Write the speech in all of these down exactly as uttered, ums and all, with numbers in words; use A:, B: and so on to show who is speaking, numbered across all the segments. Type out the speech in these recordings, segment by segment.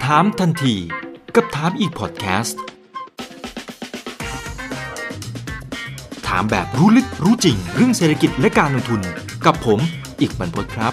A: ถามทันทีกับถามอีกพอดแคสต์ถามแบบรู้ลึกรู้จริงเรื่องเศรษฐกิจและการลงทุนกับผมอีกบรรพตครับ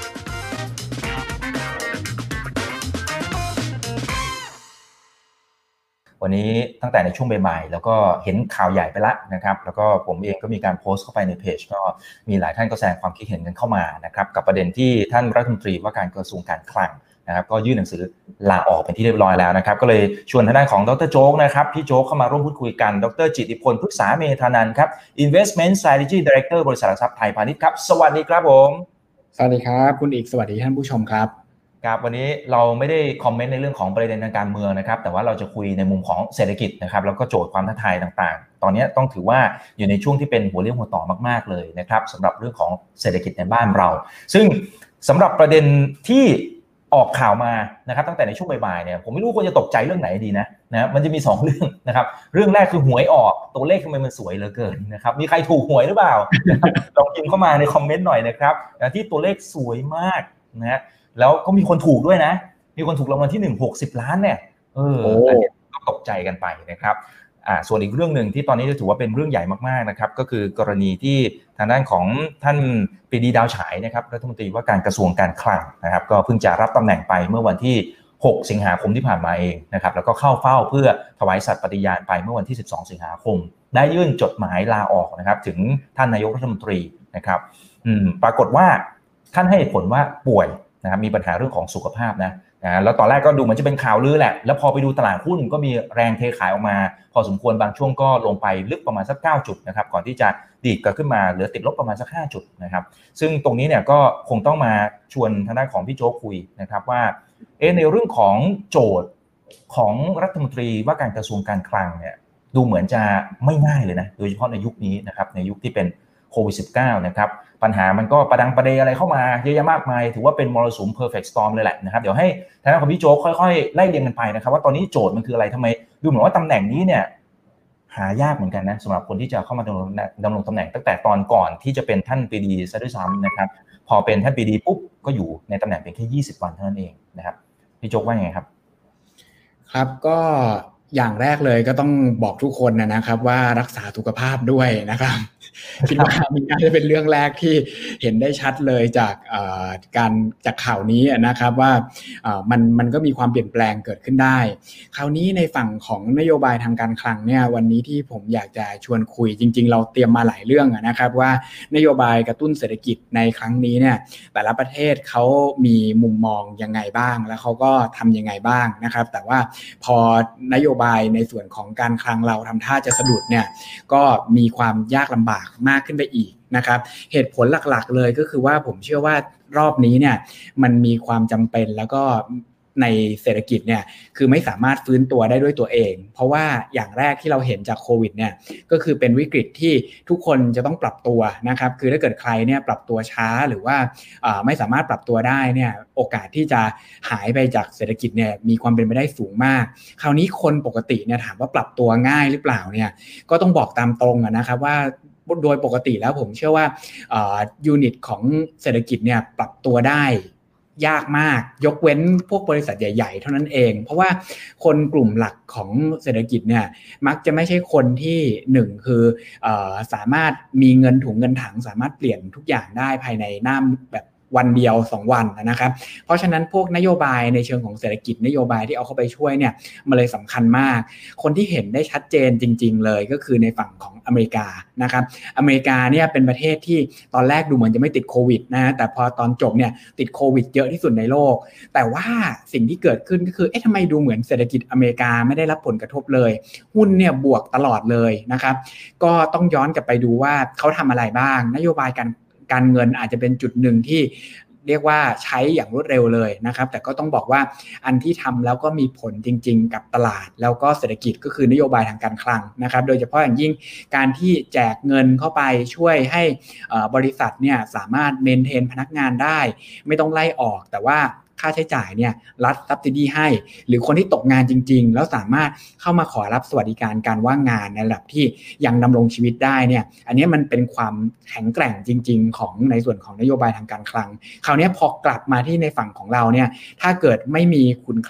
B: วันนี้ตั้งแต่ในช่วงบ่ายๆแล้วก็เห็นข่าวใหญ่ไปแล้วนะครับแล้วก็ผมเองก็มีการโพสต์เข้าไปในเพจก็มีหลายท่านก็แสดงความคิดเห็นกันเข้ามานะครับกับประเด็นที่ท่านรัฐมนตรีว่าการกระทรวงการคลังนะครับก็ยื่นหนังสือลาออกเป็นที่เรียบร้อยแล้วนะครับก็เลยชวนทางด้านของดร.โจ๊กนะครับพี่โจ๊กเข้ามาร่วมพูดคุยกันดร.จิตติพลพฤกษาเมธานันท์ครับ Investment Strategy Director บริษัทหลักทรัพย์ไทยพาณิชย์ครับสวัสดีครับผม
C: สวัสดีครับคุณอีกสวัสดีท่านผู้ชมครับ
B: ครับวันนี้เราไม่ได้คอมเมนต์ในเรื่องของประเด็นทางการเมืองนะครับแต่ว่าเราจะคุยในมุมของเศรษฐกิจนะครับแล้วก็โจทย์ความท้าทายต่างๆตอนนี้ต้องถือว่าอยู่ในช่วงที่เป็นหัวเรี่ยวหัวต่อมากๆเลยนะครับสำหรับเรื่องของเศรษฐกิจในบ้านเราซึ่งสำหรับประเด็นที่ออกข่าวมานะครับตั้งแต่ในช่วงบ่ายๆเนี่ยผมไม่รู้ควรจะตกใจเรื่องไหนดีนะนะมันจะมีสองเรื่องนะครับเรื่องแรกคือหวยออกตัวเลขทำไมมันสวยเหลือเกินนะครับมีใครถูกหวยหรือเปล่าลองพิมพ์เข้ามาในคอมเมนต์หน่อยนะครับที่ตัวเลขสวยมากนะฮะแล้วก็มีคนถูกด้วยนะมีคนถูกรางวัลที่หนึ่ง หกสิบล้านเนี่ยเอออันนี้ก็ตกใจกันไปนะครับอ่าส่วนอีกเรื่องนึงที่ตอนนี้จะถือว่าเป็นเรื่องใหญ่มากๆนะครับก็คือกรณีที่ทางด้านของท่านปรีดีดาวฉายนะครับรัฐมนตรีว่าการกระทรวงการคลังนะครับก็เพิ่งจะรับตำแหน่งไปเมื่อวันที่หกสิงหาคมที่ผ่านมาเองนะครับแล้วก็เข้าเฝ้าเพื่อถวายสัตย์ปฏิญาณไปเมื่อวันที่สิบสองสิงหาคมได้ยื่นจดหมายลาออกนะครับถึงท่านนายกรัฐมนตรีนะครับอืมปรากฏว่าท่านให้ผลว่าป่วยนะครับมีปัญหาเรื่องของสุขภาพนะนะแล้วตอนแรกก็ดูเหมือนจะเป็นข่าวลือแหละแล้วพอไปดูตลาดหุ้นก็มีแรงเทขายออกมาพอสมควรบางช่วงก็ลงไปลึกประมาณสักเก้าจุดนะครับก่อนที่จะดีดกลับขึ้นมาเหลือติดลบประมาณสักห้าจุดนะครับซึ่งตรงนี้เนี่ยก็คงต้องมาชวนทางด้านของพี่โจ๊กคุยนะครับว่าเอ๊ะในเรื่องของโจทย์ของรัฐมนตรีว่าการกระทรวงการคลังเนี่ยดูเหมือนจะไม่ง่ายเลยนะโดยเฉพาะในยุคนี้นะครับในยุคที่เป็นโควิด สิบเก้า นะครับปัญหามันก็ประดังประเดอะไรเข้ามาเยอะแยะมากมายถือว่าเป็นมรสุม perfect storm เลยแหละนะครับเดี๋ยวให้ทางด้านของพี่โจ๊กค่อยๆไล่เรียงกันไปนะครับว่าตอนนี้โจทย์มันคืออะไรทำไมดูเหมือนว่าตำแหน่งนี้เนี่ยหายากเหมือนกันนะสำหรับคนที่จะเข้ามาดำรงดำรงตำแหน่งตั้งแต่ตอนก่อนที่จะเป็นท่านปรีดีซะด้วยซ้ำนะครับพอเป็นท่านปรีดีปุ๊บก็อยู่ในตำแหน่งเพียงแค่ยี่สิบวันเท่านั้นเองนะครับพี่โจ๊กว่าไงครับ
C: ครับก็อย่างแรกเลยก็ต้องบอกทุกคนนะครับว่ารักษาสุขภาพด้วยนะครับคิดว่ามันน่าจะเป็นเรื่องแรกที่เห็นได้ชัดเลยจากการจากข่าวนี้นะครับว่ามันมันก็มีความเปลี่ยนแปลงเกิดขึ้นได้คราวนี้ในฝั่งของนโยบายทางการคลังเนี่ยวันนี้ที่ผมอยากจะชวนคุยจริงๆเราเตรียมมาหลายเรื่องนะครับว่านโยบายกระตุ้นเศรษฐกิจในครั้งนี้เนี่ยแต่ละประเทศเขามีมุมมองยังไงบ้างแล้วเขาก็ทำยังไงบ้างนะครับแต่ว่าพอนโยบายในส่วนของการคลังเราทำท่าจะสะดุดเนี่ยก็มีความยากลำบากมากขึ้นไปอีกนะครับเหตุผลหลักๆเลยก็คือว่าผมเชื่อว่ารอบนี้เนี่ยมันมีความจำเป็นแล้วก็ในเศรษฐกิจเนี่ยคือไม่สามารถฟื้นตัวได้ด้วยตัวเองเพราะว่าอย่างแรกที่เราเห็นจากโควิดเนี่ยก็คือเป็นวิกฤตที่ทุกคนจะต้องปรับตัวนะครับคือถ้าเกิดใครเนี่ยปรับตัวช้าหรือว่าไม่สามารถปรับตัวได้เนี่ยโอกาสที่จะหายไปจากเศรษฐกิจเนี่ยมีความเป็นไปได้สูงมากคราวนี้คนปกติเนี่ยถามว่าปรับตัวง่ายหรือเปล่าเนี่ยก็ต้องบอกตามตรงนะครับว่าโดยปกติแล้วผมเชื่อว่ายูนิตของเศรษฐกิจเนี่ยปรับตัวได้ยากมากยกเว้นพวกบริษัทใหญ่ๆเท่านั้นเองเพราะว่าคนกลุ่มหลักของเศรษฐกิจเนี่ยมักจะไม่ใช่คนที่หนึ่งคือเอ่อสามารถมีเงินถุงเงินถังสามารถเปลี่ยนทุกอย่างได้ภายในหน้าแบบวันเดียวสองวันนะครับเพราะฉะนั้นพวกนโยบายในเชิงของเศรษฐกิจนโยบายที่เอาเข้าไปช่วยเนี่ยมันเลยสำคัญมากคนที่เห็นได้ชัดเจนจริงๆเลยก็คือในฝั่งของอเมริกานะครับอเมริกาเนี่ยเป็นประเทศที่ตอนแรกดูเหมือนจะไม่ติดโควิดนะแต่พอตอนจบเนี่ยติดโควิดเยอะที่สุดในโลกแต่ว่าสิ่งที่เกิดขึ้นก็คือเอ๊ะทำไมดูเหมือนเศรษฐกิจอเมริกาไม่ได้รับผลกระทบเลยหุ้นเนี่ยบวกตลอดเลยนะครับก็ต้องย้อนกลับไปดูว่าเขาทำอะไรบ้างนโยบายการการเงินอาจจะเป็นจุดหนึ่งที่เรียกว่าใช้อย่างรวดเร็วเลยนะครับแต่ก็ต้องบอกว่าอันที่ทำแล้วก็มีผลจริงๆกับตลาดแล้วก็เศรษฐกิจก็คือนโยบายทางการคลังนะครับโดยเฉพาะอย่างยิ่งการที่แจกเงินเข้าไปช่วยให้บริษัทเนี่ยสามารถเมนเทนพนักงานได้ไม่ต้องไล่ออกแต่ว่า ค่าใช้จ่ายเนี่ยรัฐ subsidy ให้หรือคนที่ตกงานจริงๆแล้วสามารถเข้ามาขอรับสวัสดิการการว่างงานในระดับที่ยังดำรงชีวิตได้เนี่ยอันนี้มันเป็นความแข็งแกร่งจริงๆของในส่วนของนโยบายทางการคลังคราวนี้พอกลับมาที่ในฝั่งของเราเนี่ยถ้าเกิดไม่มีขุนคลัง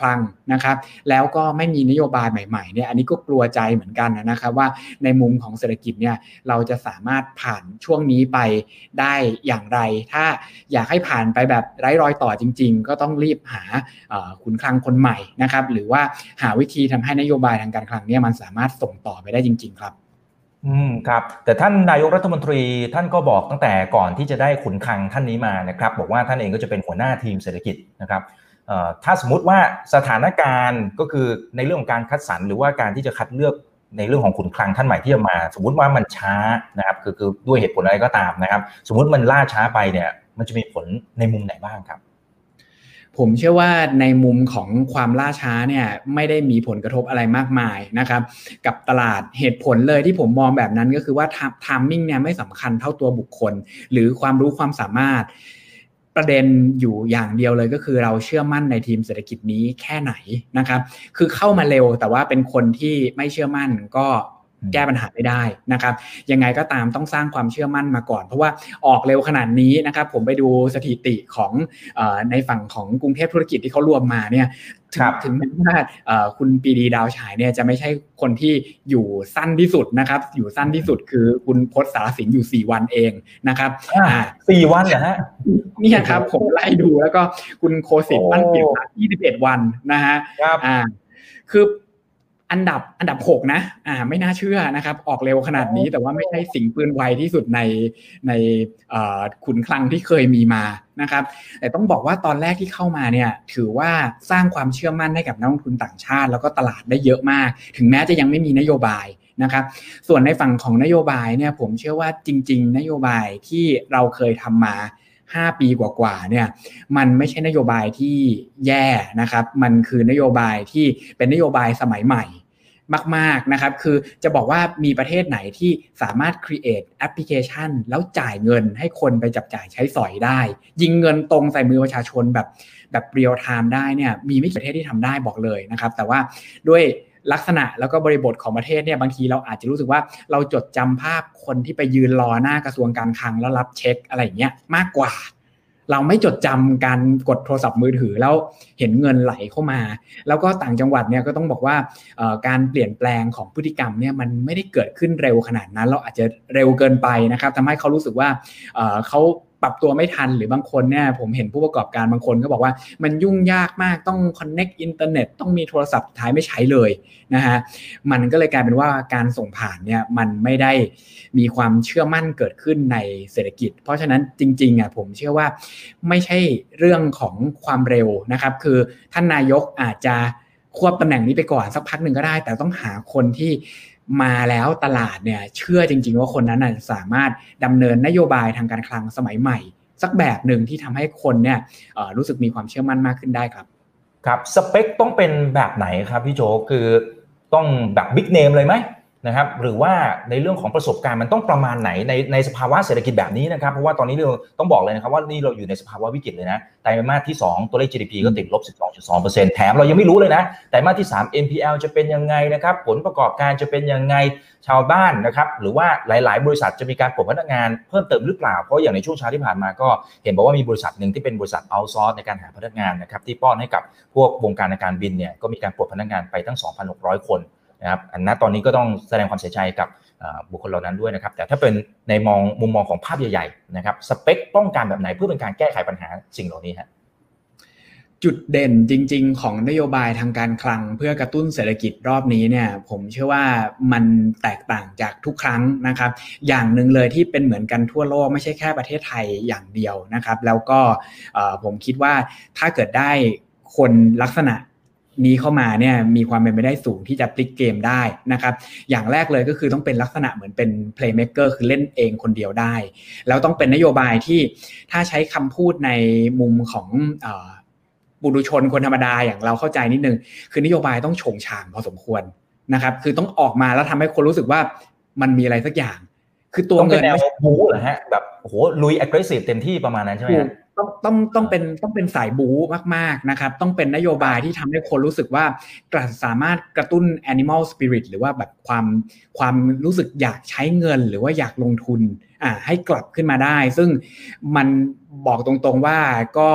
C: นะครับแล้วก็ไม่มีนโยบายใหม่ๆเนี่ยอันนี้ก็กลัวใจเหมือนกันนะครับว่าในมุมของเศรษฐกิจเนี่ยเราจะสามารถผ่านช่วงนี้ไปได้อย่างไรถ้าอยากให้ผ่านไปแบบไร้รอยต่อจริงๆก็ต้องรีบหาขุนคลังคนใหม่นะครับหรือว่าหาวิธีทำให้นโยบายทางการคลังเนี่ยมันสามารถส่งต่อไปได้จริงๆครับ
B: อืมครับแต่ท่านนายกรัฐมนตรีท่านก็บอกตั้งแต่ก่อนที่จะได้ขุนคลังท่านนี้มานะครับบอกว่าท่านเองก็จะเป็นหัวหน้าทีมเศรษฐกิจนะครับเอ่อถ้าสมมุติว่าสถานการณ์ก็คือในเรื่องของการคัดสรรหรือว่าการที่จะคัดเลือกในเรื่องของขุนคลังท่านใหม่ที่จะมาสมมุติว่ามันช้านะครับคือคือด้วยเหตุผลอะไรก็ตามนะครับสมมุติมันล่าช้าไปเนี่ยมันจะมีผลในมุมไหนบ้างครับ
C: ผมเชื่อว่าในมุมของความล่าช้าเนี่ยไม่ได้มีผลกระทบอะไรมากมายนะครับกับตลาดเหตุผลเลยที่ผมมองแบบนั้นก็คือว่าไทมิ่งเนี่ยไม่สำคัญเท่าตัวบุคคลหรือความรู้ความสามารถประเด็นอยู่อย่างเดียวเลยก็คือเราเชื่อมั่นในทีมเศรษฐกิจนี้แค่ไหนนะครับคือเข้ามาเร็วแต่ว่าเป็นคนที่ไม่เชื่อมั่นก็แก้ปัญหาไม่ได้นะครับยังไงก็ตามต้องสร้างความเชื่อมั่นมาก่อนเพราะว่าออกเร็วขนาดนี้นะครับผมไปดูสถิติของเอ่อในฝั่งของกรุงเทพธุรกิจที่เขารวมมาเนี่ยถึงถึงแม้ว่าเอ่อคุณปรีดีดาวฉายเนี่ยจะไม่ใช่คนที่อยู่สั้นที่สุดนะครับอยู่สั้นที่สุดคือคุณพจน์สารสินอยู่สี่วันเองนะครับ
B: อ่าสี่วันเหรอฮะ
C: นี่ครับผมไล่ดูแล้วก็คุณโคสิทธิ์ปั้นเปี่ยมยี่สิบเอ็ดวันนะฮะอ่าคืออันดับอันดับหกนะอ่าไม่น่าเชื่อนะครับออกเร็วขนาดนี้แต่ว่าไม่ใช่สิงปืนไวที่สุดในในเอ่อขุนคลังที่เคยมีมานะครับแต่ต้องบอกว่าตอนแรกที่เข้ามาเนี่ยถือว่าสร้างความเชื่อมั่นให้กับนักลงทุนต่างชาติแล้วก็ตลาดได้เยอะมากถึงแม้จะยังไม่มีนโยบายนะครับส่วนในฝั่งของนโยบายเนี่ยผมเชื่อว่าจริงๆนโยบายที่เราเคยทำมาห้าปีกว่าๆเนี่ยมันไม่ใช่นโยบายที่แย่นะครับมันคือนโยบายที่เป็นนโยบายสมัยใหม่มากๆนะครับคือจะบอกว่ามีประเทศไหนที่สามารถ create แอปพลิเคชันแล้วจ่ายเงินให้คนไปจับจ่ายใช้สอยได้ยิงเงินตรงใส่มือประชาชนแบบแบบเรียลไทม์ได้เนี่ยมีไม่กี่ประเทศที่ทำได้บอกเลยนะครับแต่ว่าด้วยลักษณะแล้วก็บริบทของประเทศเนี่ยบางทีเราอาจจะรู้สึกว่าเราจดจำภาพคนที่ไปยืนรอหน้ากระทรวงการคลังแล้วรับเช็คอะไรอย่างเงี้ยมากกว่าเราไม่จดจำการกดโทรศัพท์มือถือแล้วเห็นเงินไหลเข้ามาแล้วก็ต่างจังหวัดเนี่ยก็ต้องบอกว่าการเปลี่ยนแปลงของพฤติกรรมเนี่ยมันไม่ได้เกิดขึ้นเร็วขนาดนั้นเราอาจจะเร็วเกินไปนะครับทำให้เขารู้สึกว่าเขาปรับตัวไม่ทันหรือบางคนเนี่ยผมเห็นผู้ประกอบการบางคนก็บอกว่ามันยุ่งยากมากต้อง connect อินเทอร์เน็ตต้องมีโทรศัพท์ท้ายไม่ใช้เลยนะฮะมันก็เลยกลายเป็นว่าการส่งผ่านเนี่ยมันไม่ได้มีความเชื่อมั่นเกิดขึ้นในเศรษฐกิจเพราะฉะนั้นจริงๆอ่ะผมเชื่อว่าไม่ใช่เรื่องของความเร็วนะครับคือท่านนายกอาจจะควบตำแหน่งนี้ไปก่อนสักพักหนึ่งก็ได้แต่ต้องหาคนที่มาแล้วตลาดเนี่ยเชื่อจริงๆว่าคนนั้นสามารถดำเนินนโยบายทางการคลังสมัยใหม่สักแบบหนึ่งที่ทำให้คนเนี่ยรู้สึกมีความเชื่อมั่นมากขึ้นได้ครับ
B: ครับสเปคต้องเป็นแบบไหนครับพี่โจคือต้องแบบบิ๊กเนมเลยไหมนะครับหรือว่าในเรื่องของประสบการณ์มันต้องประมาณไหนในในสภาวะเศรษฐกิจแบบนี้นะครับเพราะว่าตอนนี้เราต้องบอกเลยนะครับว่านี่เราอยู่ในสภาวะวิกฤตเลยนะไตรมาสที่สองตัวเลข จี ดี พี ก็ติดลบ สิบสองจุดสองเปอร์เซ็นต์ แถมเรายังไม่รู้เลยนะไตรมาสที่สาม เอ็น พี แอล จะเป็นยังไงนะครับผลประกอบการจะเป็นยังไงชาวบ้านนะครับหรือว่าหลายๆบริษัทจะมีการปลดพนักงานเพิ่มเติมหรือเปล่าเพราะอย่างในช่วงเช้าที่ผ่านมาก็เห็นบอกว่ามีบริษัทนึงที่เป็นบริษัทเอาท์ซอร์สในการหาพนักงานนะครับที่ป้อนให้กับพวกวงการในการบินเนี่ยก็มีการปลดพนักงานไปตั้ง สองพันหกร้อย คนนะครับอันนั้นตอนนี้ก็ต้องแสดงความเสียใจกับบุคคลเหล่านั้นด้วยนะครับแต่ถ้าเป็นในมองมุมมองของภาพใหญ่ๆนะครับสเปคต้องการแบบไหนเพื่อเป็นการแก้ไขปัญหาสิ่งเหล่านี้ฮะ
C: จุดเด่นจริงๆของนโยบายทางการคลังเพื่อกระตุ้นเศรษฐกิจรอบนี้เนี่ยผมเชื่อว่ามันแตกต่างจากทุกครั้งนะครับอย่างหนึ่งเลยที่เป็นเหมือนกันทั่วโลกไม่ใช่แค่ประเทศไทยอย่างเดียวนะครับแล้วก็ผมคิดว่าถ้าเกิดได้คนลักษณะนี้เข้ามาเนี่ยมีความเป็นไปได้สูงที่จะพลิกเกมได้นะครับอย่างแรกเลยก็คือต้องเป็นลักษณะเหมือนเป็น playmaker คือเล่นเองคนเดียวได้แล้วต้องเป็นนโยบายที่ถ้าใช้คำพูดในมุมของเอ่อบุรุษชนคนธรรมดาอย่างเราเข้าใจนิดนึงคือนโยบายต้องโฉงฉางพอสมควรนะครับคือต้องออกมาแล้วทำให้คนรู้สึกว่ามันมีอะไรสักอย่างคือตัวเงิน
B: ไม่ใช่บู๊เหรอฮะแบบโอ้โหลุย aggressive เต็มที่ประมาณนั้นใช่ไหม
C: ต้องต้องต้องเป็นต้องเป็นสายบู๊มากๆนะครับต้องเป็นนโยบายที่ทำให้คนรู้สึกว่าสามารถกระตุ้น animal spirit หรือว่าแบบความความรู้สึกอยากใช้เงินหรือว่าอยากลงทุนอ่าให้กลับขึ้นมาได้ซึ่งมันบอกตรงๆว่าก็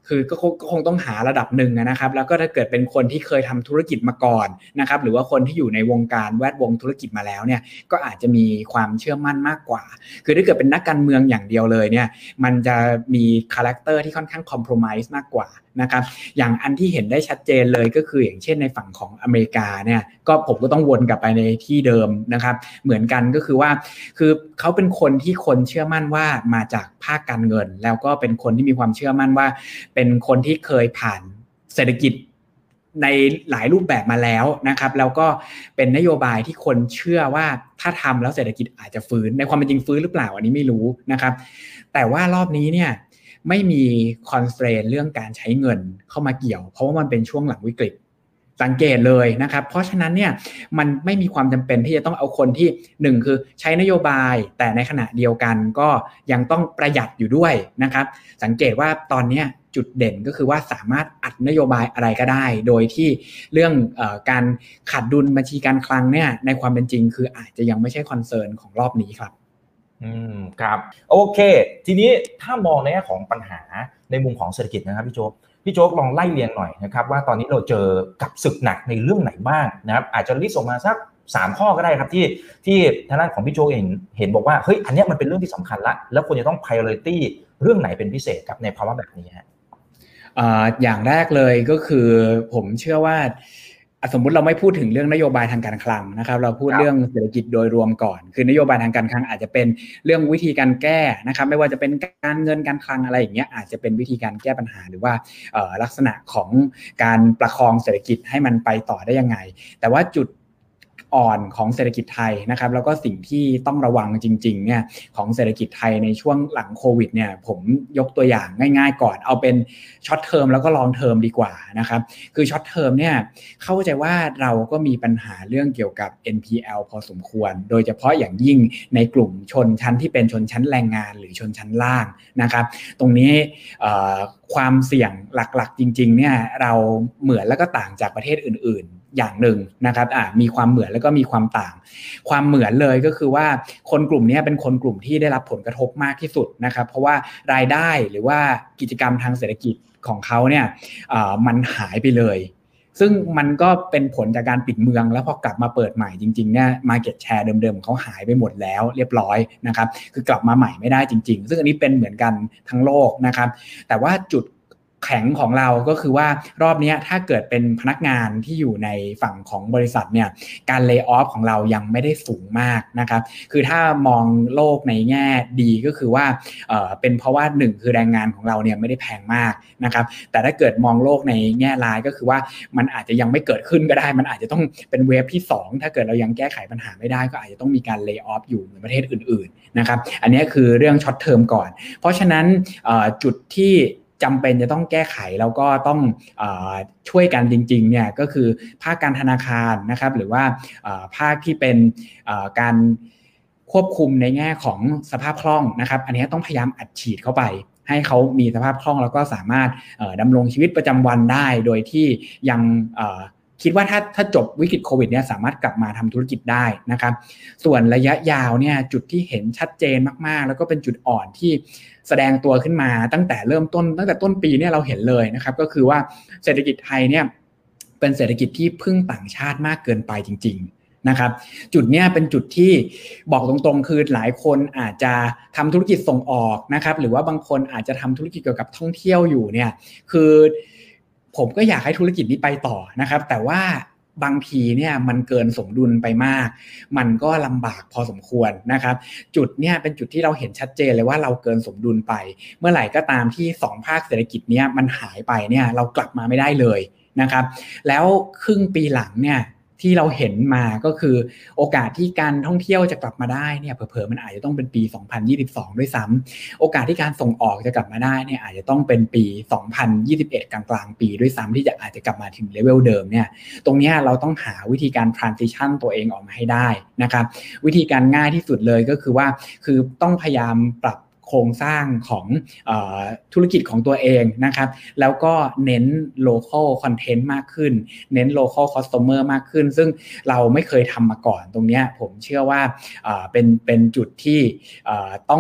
C: คือก็ก็คงต้องหาระดับหนึ่งนะครับแล้วก็ถ้าเกิดเป็นคนที่เคยทำธุรกิจมาก่อนนะครับหรือว่าคนที่อยู่ในวงการแวดวงธุรกิจมาแล้วเนี่ยก็อาจจะมีความเชื่อมั่นมากกว่าคือถ้าเกิดเป็นนักการเมืองอย่างเดียวเลยเนี่ยมันจะมีคาแรคเตอร์ที่ค่อนข้างคอมโพรไมซ์มากกว่านะครับอย่างอันที่เห็นได้ชัดเจนเลยก็คืออย่างเช่นในฝั่งของอเมริกาเนี่ยก็ผมก็ต้องวนกลับไปในที่เดิมนะครับเหมือนกันก็คือว่าคือเขาเป็นคนที่คนเชื่อมั่นว่ามาจากภาคการเงินแล้วก็เป็นคนที่มีความเชื่อมั่นว่าเป็นคนที่เคยผ่านเศรษฐกิจในหลายรูปแบบมาแล้วนะครับแล้วก็เป็นนโยบายที่คนเชื่อว่าถ้าทำแล้วเศรษฐกิจอาจจะฟื้นในความเป็นจริงฟื้นหรือเปล่าอันนี้ไม่รู้นะครับแต่ว่ารอบนี้เนี่ยไม่มีคอนสเตรนเรื่องการใช้เงินเข้ามาเกี่ยวเพราะว่ามันเป็นช่วงหลังวิกฤตสังเกตเลยนะครับเพราะฉะนั้นเนี่ยมันไม่มีความจำเป็นที่จะต้องเอาคนที่หนึ่งคือใช้นโยบายแต่ในขณะเดียวกันก็ยังต้องประหยัดอยู่ด้วยนะครับสังเกตว่าตอนนี้จุดเด่นก็คือว่าสามารถอัดนโยบายอะไรก็ได้โดยที่เรื่องเอ่อการขาดดุลบัญชีการคลังเนี่ยในความเป็นจริงคืออาจจะยังไม่ใช่คอนเซิร์นของรอบนี้ครับ
B: อืมครับโอเคทีนี้ถ้ามองในแง่ของปัญหาในมุมของเศรษฐกิจนะครับพี่โจ๊กพี่โจ๊กลองไล่เรียงหน่อยนะครับว่าตอนนี้เราเจอกับศึกหนักในเรื่องไหนบ้างนะครับอาจจะลิสต์ออกมาสักสามข้อก็ได้ครับที่ที่ทางด้านของพี่โจ๊กเองเห็นบอกว่าเฮ้ยอันนี้มันเป็นเรื่องที่สำคัญละแล้วควรจะต้อง priority เรื่องไหนเป็นพิเศษครับในภาวะแบบนี้ฮะ
C: อ่าอย่างแรกเลยก็คือผมเชื่อว่าสมมุติเราไม่พูดถึงเรื่องนโยบายทางการคลังนะครับเราพูดเรื่องเศรษฐกิจโดยรวมก่อนคือนโยบายทางการคลังอาจจะเป็นเรื่องวิธีการแก้นะครับไม่ว่าจะเป็นการเงินการคลังอะไรอย่างเงี้ยอาจจะเป็นวิธีการแก้ปัญหาหรือว่าเอ่อลักษณะของการประคองเศรษฐกิจให้มันไปต่อได้ยังไงแต่ว่าจุดอ่อนของเศรษฐกิจไทยนะครับแล้วก็สิ่งที่ต้องระวังจริงๆเนี่ยของเศรษฐกิจไทยในช่วงหลังโควิดเนี่ยผมยกตัวอย่างง่ายๆก่อนเอาเป็นช็อตเทอมแล้วก็ลองเทอมดีกว่านะครับคือช็อตเทอมเนี่ยเข้าใจว่าเราก็มีปัญหาเรื่องเกี่ยวกับ เอ็น พี แอล พอสมควรโดยเฉพาะอย่างยิ่งในกลุ่มชนชั้นที่เป็นชนชั้นแรงงานหรือชนชั้นล่างนะครับตรงนี้ความเสี่ยงหลักๆจริงๆเนี่ยเราเหมือนแล้วก็ต่างจากประเทศอื่นๆอย่างหนึ่งนะครับอ่ามีความเหมือนแล้วก็มีความต่างความเหมือนเลยก็คือว่าคนกลุ่มนี้เป็นคนกลุ่มที่ได้รับผลกระทบมากที่สุดนะครับเพราะว่ารายได้หรือว่ากิจกรรมทางเศรษฐกิจของเขาเนี่ยอ่ามันหายไปเลยซึ่งมันก็เป็นผลจากการปิดเมืองแล้วพอกลับมาเปิดใหม่จริงๆเนี่ย market share เดิมๆของเขาหายไปหมดแล้วเรียบร้อยนะครับคือกลับมาใหม่ไม่ได้จริงๆซึ่งอันนี้เป็นเหมือนกันทั้งโลกนะครับแต่ว่าจุดแข็งของเราก็คือว่ารอบนี้ถ้าเกิดเป็นพนักงานที่อยู่ในฝั่งของบริษัทเนี่ยการเลย์ออฟของเรายังไม่ได้สูงมากนะครับคือถ้ามองโลกในแง่ดีก็คือว่าเอ่อเป็นเพราะว่าหนึ่งคือแรงงานของเราเนี่ยไม่ได้แพงมากนะครับแต่ถ้าเกิดมองโลกในแง่ร้ายก็คือว่ามันอาจจะยังไม่เกิดขึ้นก็ได้มันอาจจะต้องเป็นเวฟที่สองถ้าเกิดเรายังแก้ไขปัญหาไม่ได้ก็อาจจะต้องมีการเลย์ออฟอยู่เหมือนประเทศอื่นๆนะครับอันนี้คือเรื่องช็อตเทอมก่อนเพราะฉะนั้นเอ่อจุดที่จำเป็นจะต้องแก้ไขแล้วก็ต้องเอ่อช่วยกันจริงๆเนี่ยก็คือภาคการธนาคารนะครับหรือว่าเอ่อภาคที่เป็นเอ่อการควบคุมในแง่ของสภาพคล่องนะครับอันนี้ต้องพยายามอัดฉีดเข้าไปให้เขามีสภาพคล่องแล้วก็สามารถเอ่อดำรงชีวิตประจำวันได้โดยที่ยังเอ่อคิดว่าถ้าถ้าจบวิกฤตโควิดเนี่ยสามารถกลับมาทำธุรกิจได้นะครับส่วนระยะยาวเนี่ยจุดที่เห็นชัดเจนมากๆแล้วก็เป็นจุดอ่อนที่แสดงตัวขึ้นมาตั้งแต่เริ่มต้นตั้งแต่ต้นปีเนี่ยเราเห็นเลยนะครับก็คือว่าเศรษฐกิจไทยเนี่ยเป็นเศรษฐกิจที่พึ่งต่างชาติมากเกินไปจริงๆนะครับจุดเนี้ยเป็นจุดที่บอกตรงๆคือหลายคนอาจจะทำธุรกิจส่งออกนะครับหรือว่าบางคนอาจจะทำธุรกิจเกี่ยวกับท่องเที่ยวอยู่เนี่ยคือผมก็อยากให้ธุรกิจนี้ไปต่อนะครับแต่ว่าบางทีเนี่ยมันเกินสมดุลไปมากมันก็ลำบากพอสมควรนะครับจุดเนี่ยเป็นจุดที่เราเห็นชัดเจนเลยว่าเราเกินสมดุลไปเมื่อไหร่ก็ตามที่สองภาคเศรษฐกิจเนี่ยมันหายไปเนี่ยเรากลับมาไม่ได้เลยนะครับแล้วครึ่งปีหลังเนี่ยที่เราเห็นมาก็คือโอกาสที่การท่องเที่ยวจะกลับมาได้เนี่ยเผลอๆมันอาจจะต้องเป็นปีสองพันยี่สิบสองด้วยซ้ำโอกาสที่การส่งออกจะกลับมาได้เนี่ยอาจจะต้องเป็นปีสองพันยี่สิบเอ็ดกลางๆปีด้วยซ้ำที่จะอาจจะกลับมาถึงเลเวลเดิมเนี่ยตรงนี้เราต้องหาวิธีการ transition ตัวเองออกมาให้ได้นะครับวิธีการง่ายที่สุดเลยก็คือว่าคือต้องพยายามปรับโครงสร้างของเอ่อธุรกิจของตัวเองนะครับแล้วก็เน้น local content มากขึ้นเน้น local customer มากขึ้นซึ่งเราไม่เคยทำมาก่อนตรงนี้ผมเชื่อว่าเอ่อเป็นเป็นจุดที่เอ่อต้อง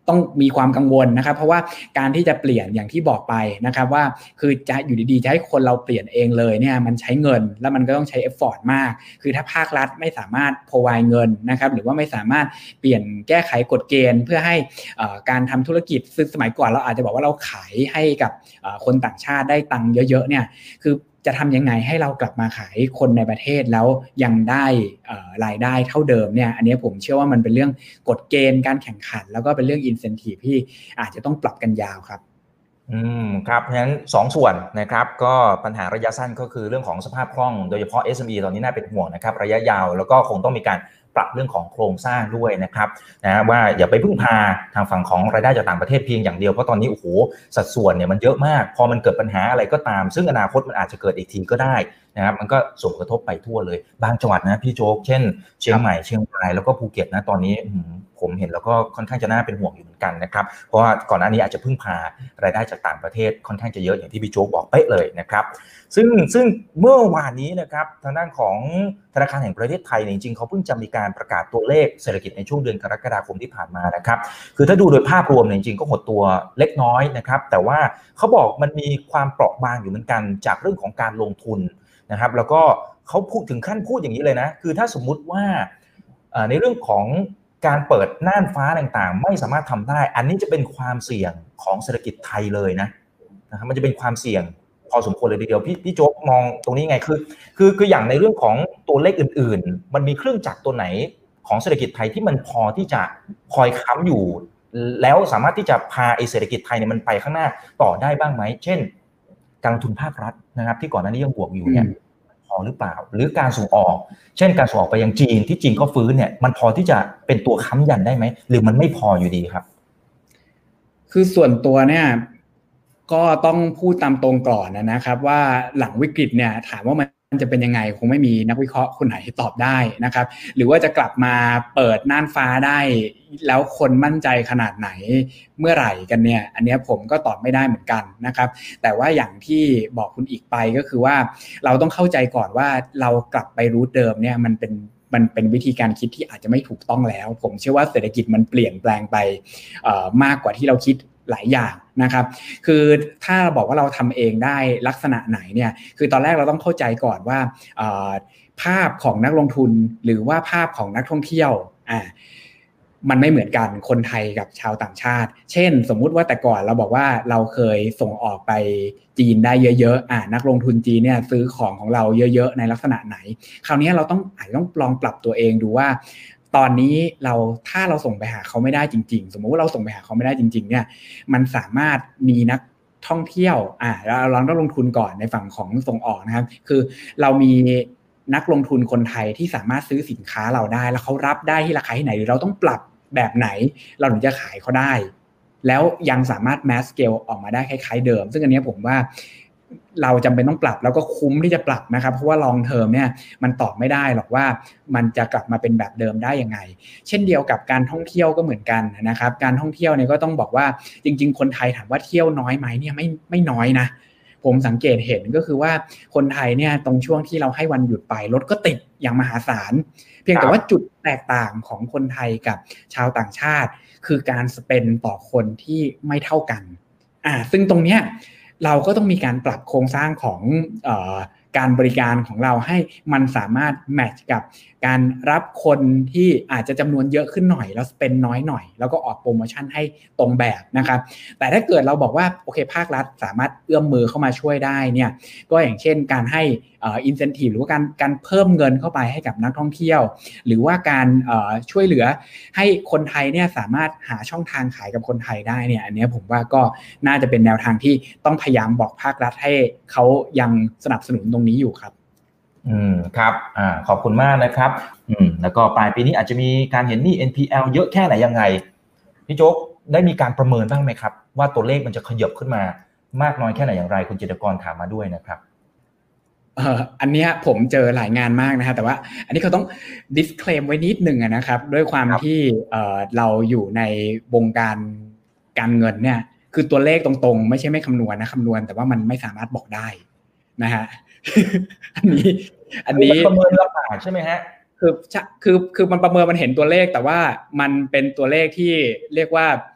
C: ต้องมีความกังวลนะครับเพราะว่าการที่จะเปลี่ยนอย่างที่บอกไปนะครับว่าคือจะอยู่ดีๆจะให้คนเราเปลี่ยนเองเลยเนี่ยมันใช้เงินแล้วมันก็ต้องใช้เอฟฟอร์ตมากคือถ้าภาครัฐไม่สามารถ provide เงินนะครับหรือว่าไม่สามารถเปลี่ยนแก้ไขกฎเกณฑ์เพื่อให้การทำธุรกิจซึ่งสมัยก่อนเราอาจจะบอกว่าเราขายให้กับคนต่างชาติได้ตังค์เยอะๆเนี่ยคือจะทำยังไงให้เรากลับมาขายคนในประเทศแล้วยังได้รายได้เท่าเดิมเนี่ยอันนี้ผมเชื่อว่ามันเป็นเรื่องกฎเกณฑ์การแข่งขันแล้วก็เป็นเรื่อง incentive ที่อาจจะต้องปรับกันยาวครับ
B: อืมครับเพราะฉะนั้นสองส่วนนะครับก็ปัญหาระยะสั้นก็คือเรื่องของสภาพคล่องโดยเฉพาะ เอส เอ็ม อี ตอนนี้น่าเป็นห่วงนะครับระยะยาวแล้วก็คงต้องมีการปรับเรื่องของโครงสร้างด้วยนะครับนะว่าอย่าไปพึ่งพาทางฝั่งของรายได้จากต่างประเทศเพียงอย่างเดียวเพราะตอนนี้โอ้โหสัดส่วนเนี่ยมันเยอะมากพอมันเกิดปัญหาอะไรก็ตามซึ่งอนาคตมันอาจจะเกิดอีกทีก็ได้นะครับมันก็ส่งกระทบไปทั่วเลยบางจังหวัดนะพี่โจ๊กเช่นเชียงใหม่เชียงรายแล้วก็ภูเก็ตนะตอนนี้ผมเห็นแล้วก็ค่อนข้างจะน่าเป็นห่วงอยู่เหมือนกันนะครับเพราะว่าก่อนหน้านี้อาจจะพึ่งพารายได้จากต่างประเทศค่อนข้างจะเยอะอย่างที่พี่โจ๊กบอกเป๊ะเลยนะครับซึ่งซึ่งเมื่อวานนี้นะครับทางด้านของธนาคารแห่งประเทศไทยจริงๆเขาเพิ่งจะมีการประกาศตัวเลขเศรษฐกิจในช่วงเดือนกรกฎาคมที่ผ่านมานะครับคือถ้าดูโดยภาพรวมจริงๆก็หดตัวเล็กน้อยนะครับแต่ว่าเขาบอกมันมีความเปราะบางอยู่เหมือนกันจากเรื่องของการลงทุนนะครับแล้วก็เขาพูดถึงขั้นพูดอย่างนี้เลยนะคือถ้าสมมุติว่าในเรื่องของการเปิดน่านฟ้าต่างๆไม่สามารถทำได้อันนี้จะเป็นความเสี่ยงของเศรษฐกิจไทยเลยนะนะครับมันจะเป็นความเสี่ยงพอสมควรเลยทีเดียวพี่พี่โจ๊กมองตรงนี้ไงคือคือคืออย่างในเรื่องของตัวเลขอื่นๆมันมีเครื่องจักรตัวไหนของเศรษฐกิจไทยที่มันพอที่จะคอยค้ำอยู่แล้วสามารถที่จะพาไอเศรษฐกิจไทยเนี่ยมันไปข้างหน้าต่อได้บ้างไหมเช่นการลงทุนภาครัฐนะครับที่ก่อนหน้านี้ยังบวกอยู่เนี่ยพอหรือเปล่าหรือการส่งออกเช่นการส่งออกไปยังจีนที่จีนก็ฟื้นเนี่ยมันพอที่จะเป็นตัวค้ำยันได้ไหมหรือมันไม่พออยู่ดีครับ
C: คือส่วนตัวเนี่ยก็ต้องพูดตามตรงก่อนนะครับว่าหลังวิกฤตเนี่ยถามว่ามันจะเป็นยังไงคงไม่มีนักวิเคราะห์คนไหนตอบได้นะครับหรือว่าจะกลับมาเปิดน่านฟ้าได้แล้วคนมั่นใจขนาดไหนเมื่อไหร่กันเนี่ยอันนี้ผมก็ตอบไม่ได้เหมือนกันนะครับแต่ว่าอย่างที่บอกคุณอีกไปก็คือว่าเราต้องเข้าใจก่อนว่าเรากลับไปรูทเดิมเนี่ยมันเป็นมันเป็นวิธีการคิดที่อาจจะไม่ถูกต้องแล้วผมเชื่อว่าเศรษฐกิจมันเปลี่ยนแปลงไปเอ่อมากกว่าที่เราคิดหลายอย่างนะครับคือถ้าบอกว่าเราทำเองได้ลักษณะไหนเนี่ยคือตอนแรกเราต้องเข้าใจก่อนว่าภาพของนักลงทุนหรือว่าภาพของนักท่องเที่ยวอ่ามันไม่เหมือนกันคนไทยกับชาวต่างชาติเช่นสมมุติว่าแต่ก่อนเราบอกว่าเราเคยส่งออกไปจีนได้เยอะๆอ่านักลงทุนจีนเนี่ยซื้อของของเราเยอะๆในลักษณะไหนคราวนี้เราต้องอาจจะต้องลองปรับตัวเองดูว่าตอนนี้เราถ้าเราส่งไปหาเขาไม่ได้จริงๆสมมุติว่าเราส่งไปหาเขาไม่ได้จริงๆเนี่ยมันสามารถมีนักท่องเที่ยวอ่าเราลองต้องลงทุนก่อนในฝั่งของส่งออกนะครับคือเรามีนักลงทุนคนไทยที่สามารถซื้อสินค้าเราได้แล้วเขารับได้ที่ราคาที่ไหนหรือเราต้องปรับแบบไหนเราถึงจะขายเขาได้แล้วยังสามารถ mass scale ออกมาได้คล้ายๆเดิมซึ่งอันนี้ผมว่าเราจำเป็นต้องปรับแล้วก็คุ้มที่จะปรับนะครับเพราะว่า long term เนี่ยมันตอบไม่ได้หรอกว่ามันจะกลับมาเป็นแบบเดิมได้ยังไงเช่นเดียวกับการท่องเที่ยวก็เหมือนกันนะครับการท่องเที่ยวเนี่ยก็ต้องบอกว่าจริงๆคนไทยถามว่าเที่ยวน้อยไหมเนี่ยไม่ไม่น้อยนะผมสังเกตเห็นก็คือว่าคนไทยเนี่ยตรงช่วงที่เราให้วันหยุดไปรถก็ติดอย่างมหาศาลเพียงแต่ว่าจุดแตกต่างของคนไทยกับชาวต่างชาติคือการสเปนต่อคนที่ไม่เท่ากันอ่าซึ่งตรงเนี้ยเราก็ต้องมีการปรับโครงสร้างของเอ่อการบริการของเราให้มันสามารถแมทช์กับการรับคนที่อาจจะจำนวนเยอะขึ้นหน่อยแล้วสเปนน้อยหน่อยแล้วก็ออกโปรโมชั่นให้ตรงแบบนะครับแต่ถ้าเกิดเราบอกว่าโอเคภาครัฐสามารถเอื้อมมือเข้ามาช่วยได้เนี่ยก็อย่างเช่นการให้เอ่อ incentive หรือว่าการการเพิ่มเงินเข้าไปให้กับนักท่องเที่ยวหรือว่าการเอ่อช่วยเหลือให้คนไทยเนี่ยสามารถหาช่องทางขายกับคนไทยได้เนี่ยอันนี้ผมว่าก็น่าจะเป็นแนวทางที่ต้องพยายามบอกภาครัฐให้เขายังสนับสนุนตรงนี้อยู่ครับ
B: อืมครับอ่าขอบคุณมากนะครับอืมแล้วก็ปลายปีนี้อาจจะมีการเห็นหนี้ เอ็น พี แอล เยอะแค่ไหนยังไงพี่โจ๊กได้มีการประเมินบ้างไหมครับว่าตัวเลขมันจะขยับขึ้นมามากน้อยแค่ไหนอย่างไรคุณจิตรกรถามมาด้วยนะครับ
C: เอ่ออันนี้ผมเจอหลายงานมากนะฮะแต่ว่าอันนี้เขาต้อง disclaim ไว้นิดนึงนะครับด้วยความที่เอ่อเราอยู่ในวงการการเงินเนี่ยคือตัวเลขตรงๆไม่ใช่ไม่คำนวณนะคำนวณแต่ว่ามันไม่สามารถบอกได้นะฮะ อันนี้อันนี้
B: ประเมินลำบากใช่ไหมฮะ
C: คือคือคือมันประเมินมันเห็นตัวเลขแต่ว่ามันเป็นตัวเลขที่เรียกว่า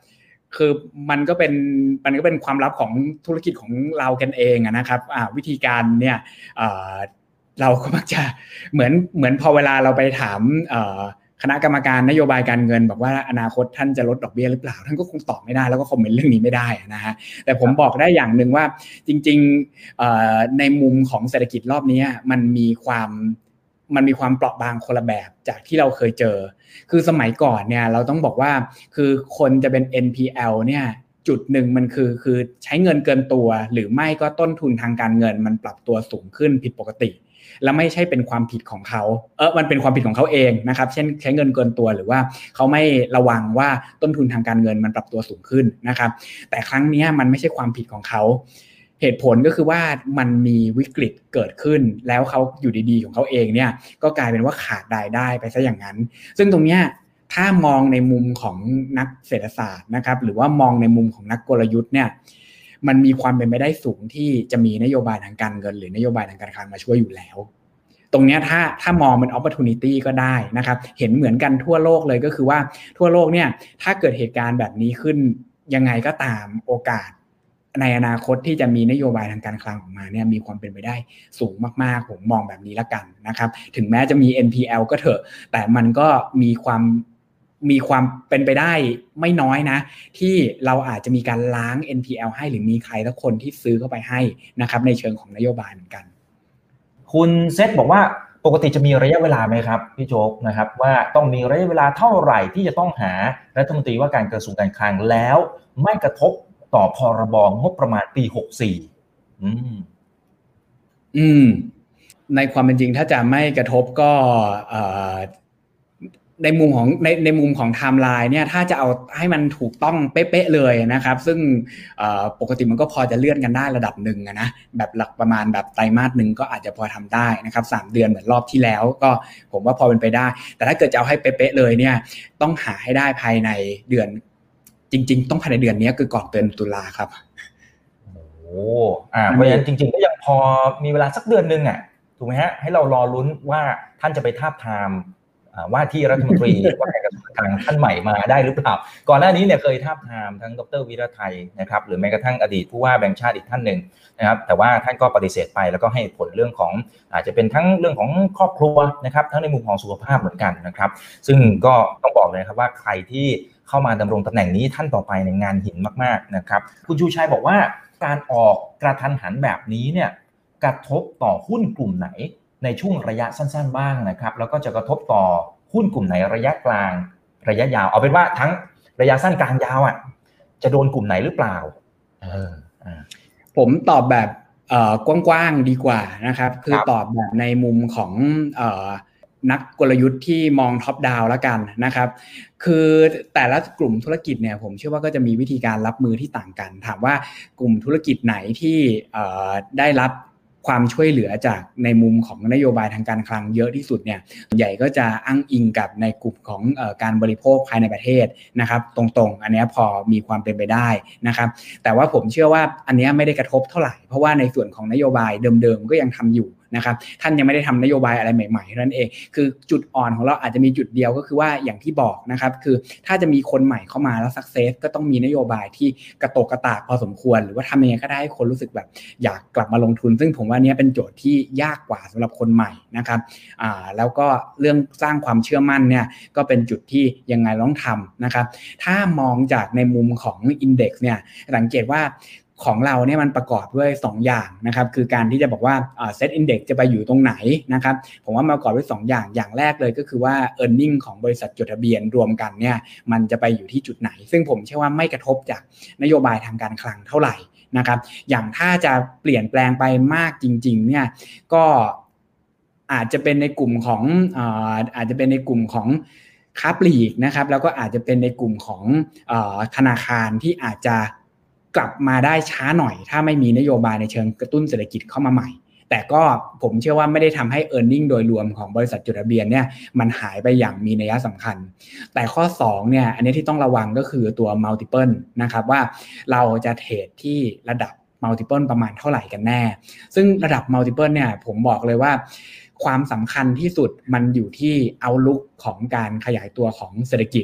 C: คือมันก็เป็นมันก็เป็นความลับของธุรกิจของเรากันเองนะครับอ่าวิธีการเนี่ยเอ่อเราก็มักจะเหมือนเหมือนพอเวลาเราไปถามเอ่อคณะกรรมการนโยบายการเงินบอกว่าอนาคตท่านจะลดดอกเบี้ยหรือเปล่าท่านก็คงตอบไม่ได้แล้วก็คอมเมนต์เรื่องนี้ไม่ได้นะฮะแต่ผมบอกได้อย่างนึงว่าจริงๆเอ่อในมุมของเศรษฐกิจรอบนี้มันมีความมันมีความเปราะบางคนละแบบจากที่เราเคยเจอคือสมัยก่อนเนี่ยเราต้องบอกว่าคือคนจะเป็น เอ็น พี แอล เนี่ยจุดหนึ่งมันคือคือใช้เงินเกินตัวหรือไม่ก็ต้นทุนทางการเงินมันปรับตัวสูงขึ้นผิดปกติและไม่ใช่เป็นความผิดของเขาเออมันเป็นความผิดของเขาเองนะครับเช่นใช้เงินเกินตัวหรือว่าเขาไม่ระวังว่าต้นทุนทางการเงินมันปรับตัวสูงขึ้นนะครับแต่ครั้งนี้มันไม่ใช่ความผิดของเขาเหตุผลก็คือว่ามันมีวิกฤตเกิดขึ้นแล้วเขาอยู่ดีๆของเขาเองเนี่ยก็กลายเป็นว่าขาดรายได้ไปซะอย่างนั้นซึ่งตรงเนี้ยถ้ามองในมุมของนักเศรษฐศาสตร์นะครับหรือว่ามองในมุมของนักกลยุทธ์เนี่ยมันมีความเป็นไปได้สูงที่จะมีนโยบายทางการเงินหรือนโยบายทางการคลังมาช่วยอยู่แล้วตรงนี้ถ้าถ้ามองเป็น opportunity ก็ได้นะครับเห็นเหมือนกันทั่วโลกเลยก็คือว่าทั่วโลกเนี่ยถ้าเกิดเหตุการณ์แบบนี้ขึ้นยังไงก็ตามโอกาสในอนาคตที่จะมีนโยบายทางการคลังออกมาเนี่ยมีความเป็นไปได้สูงมากๆผมมองแบบนี้ละกันนะครับถึงแม้จะมี เอ็น พี แอล ก็เถอะแต่มันก็มีความมีความเป็นไปได้ไม่น้อยนะที่เราอาจจะมีการล้าง เอ็น พี แอล ให้หรือมีใครสักคนที่ซื้อเข้าไปให้นะครับในเชิงของนโยบายเหมือนกัน
B: คุณเซธบอกว่าปกติจะมีระยะเวลาไหมครับพี่โจ๊กนะครับว่าต้องมีระยะเวลาเท่าไหร่ที่จะต้องหารัฐมนตรีว่าการกระทรวงการคลังแล้วไม่กระทบต่อพรบงบประมาณปีหกสิบสี่อืม
C: อืมในความเป็นจริงถ้าจะไม่กระทบก็เอ่อในมุมของในในมุมของไทม์ไลน์เนี่ยถ้าจะเอาให้มันถูกต้องเป๊ะๆเลยนะครับซึ่งปกติมันก็พอจะเลื่อนกันได้ระดับหนึ่งนะแบบหลักประมาณแบบไตรมาสหนึ่งก็อาจจะพอทำได้นะครับสามเดือนเหมือนรอบที่แล้วก็ผมว่าพอเป็นไปได้แต่ถ้าเกิดจะเอาให้เป๊ะๆเลยเนี่ยต้องหาให้ได้ภายในเดือนจริงๆต้องภายในเดือนนี้คือก่อนเดือนตุลาครับ
B: โอ้อ่าเพราะฉะนั้นจริงๆก็ยังพอมีเวลาสักเดือนนึงอ่ะถูกไหมฮะให้เรารอลุ้นว่าท่านจะไปทาบทามว่าที่รัฐมนตรีว่าการกระทรวงการคลังท่านใหม่มาได้หรือเปล่าก่อนหน้านี้เนี่ยเคยทาบทามทั้งดร.วิระไทยนะครับหรือแม้กระทั่งอดีตผู้ว่าแบงก์ชาติอีกท่านหนึ่งนะครับแต่ว่าท่านก็ปฏิเสธไปแล้วก็ให้ผลเรื่องของอาจจะเป็นทั้งเรื่องของครอบครัวนะครับทั้งในมุมของสุขภาพเหมือนกันนะครับซึ่งก็ต้องบอกเลยครับว่าใครที่เข้ามาดำรงตำแหน่งนี้ท่านต่อไปในงานหินมากๆนะครับคุณชูชัยบอกว่าการออกกระทันหันแบบนี้เนี่ยกระทบต่อหุ้นกลุ่มไหนในช่วงระยะสั้นๆบ้างนะครับแล้วก็จะกระทบต่อหุ้นกลุ่มไหนระยะกลางระยะยาวเอาเป็นว่าทั้งระยะสั้นกลางยาวอ่ะจะโดนกลุ่มไหนหรือเปล่าเออ
C: ผมตอบแบบเอ่อกว้างๆดีกว่านะครับคือตอบแบบในมุมของเอ่อนักกลยุทธ์ที่มองท็อปดาวน์แล้วกันนะครับคือแต่ละกลุ่มธุรกิจเนี่ยผมเชื่อว่าก็จะมีวิธีการรับมือที่ต่างกันถามว่ากลุ่มธุรกิจไหนที่เอ่อได้รับความช่วยเหลือจากในมุมของนโยบายทางการคลังเยอะที่สุดเนี่ยส่วนใหญ่ก็จะอ้างอิงกับในกลุ่มของเอ่อการบริโภคภายในประเทศนะครับตรงๆอันนี้พอมีความเป็นไปได้นะครับแต่ว่าผมเชื่อว่าอันนี้ไม่ได้กระทบเท่าไหร่เพราะว่าในส่วนของนโยบายเดิมๆก็ยังทำอยู่นะครับท่านยังไม่ได้ทำนโยบายอะไรใหม่ๆนั่นเองคือจุดอ่อนของเราอาจจะมีจุดเดียวก็คือว่าอย่างที่บอกนะครับคือถ้าจะมีคนใหม่เข้ามาแล้วสักเซสก็ต้องมีนโยบายที่กระโตกกระตากพอสมควรหรือว่าทำยังไงก็ได้ให้คนรู้สึกแบบอยากกลับมาลงทุนซึ่งผมว่านี้เป็นโจทย์ที่ยากกว่าสำหรับคนใหม่นะครับอ่าแล้วก็เรื่องสร้างความเชื่อมั่นเนี่ยก็เป็นจุดที่ยังไงต้องทำนะครับถ้ามองจากในมุมของ Index เนี่ยสังเกตว่าของเราเนี่ยมันประกอบด้วยสองอย่างนะครับคือการที่จะบอกว่าเอ่อ Set Index จะไปอยู่ตรงไหนนะครับผมว่ามันประกอบด้วยสองอย่างอย่างแรกเลยก็คือว่า earning ของบริษัทจดทะเบียนรวมกันเนี่ยมันจะไปอยู่ที่จุดไหนซึ่งผมเชื่อว่าไม่กระทบจากนโยบายทางการคลังเท่าไหร่นะครับอย่างถ้าจะเปลี่ยนแปลงไปมากจริงๆเนี่ยก็อาจจะเป็นในกลุ่มของเอ่ออาจจะเป็นในกลุ่มของค้าปลีกนะครับแล้วก็อาจจะเป็นในกลุ่มของเอ่อธนาคารที่อาจจะกลับมาได้ช้าหน่อยถ้าไม่มีนโยบายในเชิงกระตุ้นเศรษฐกิจเข้ามาใหม่แต่ก็ผมเชื่อว่าไม่ได้ทำให้ earning โดยรวมของบริษัทจดทะเบียนเนี่ยมันหายไปอย่างมีนัยสำคัญแต่ข้อสองเนี่ยอันนี้ที่ต้องระวังก็คือตัว multiple นะครับว่าเราจะเทรดที่ระดับ multiple ประมาณเท่าไหร่กันแน่ซึ่งระดับ multiple เนี่ยผมบอกเลยว่าความสำคัญที่สุดมันอยู่ที่ outlook ของการขยายตัวของเศรษฐกิจ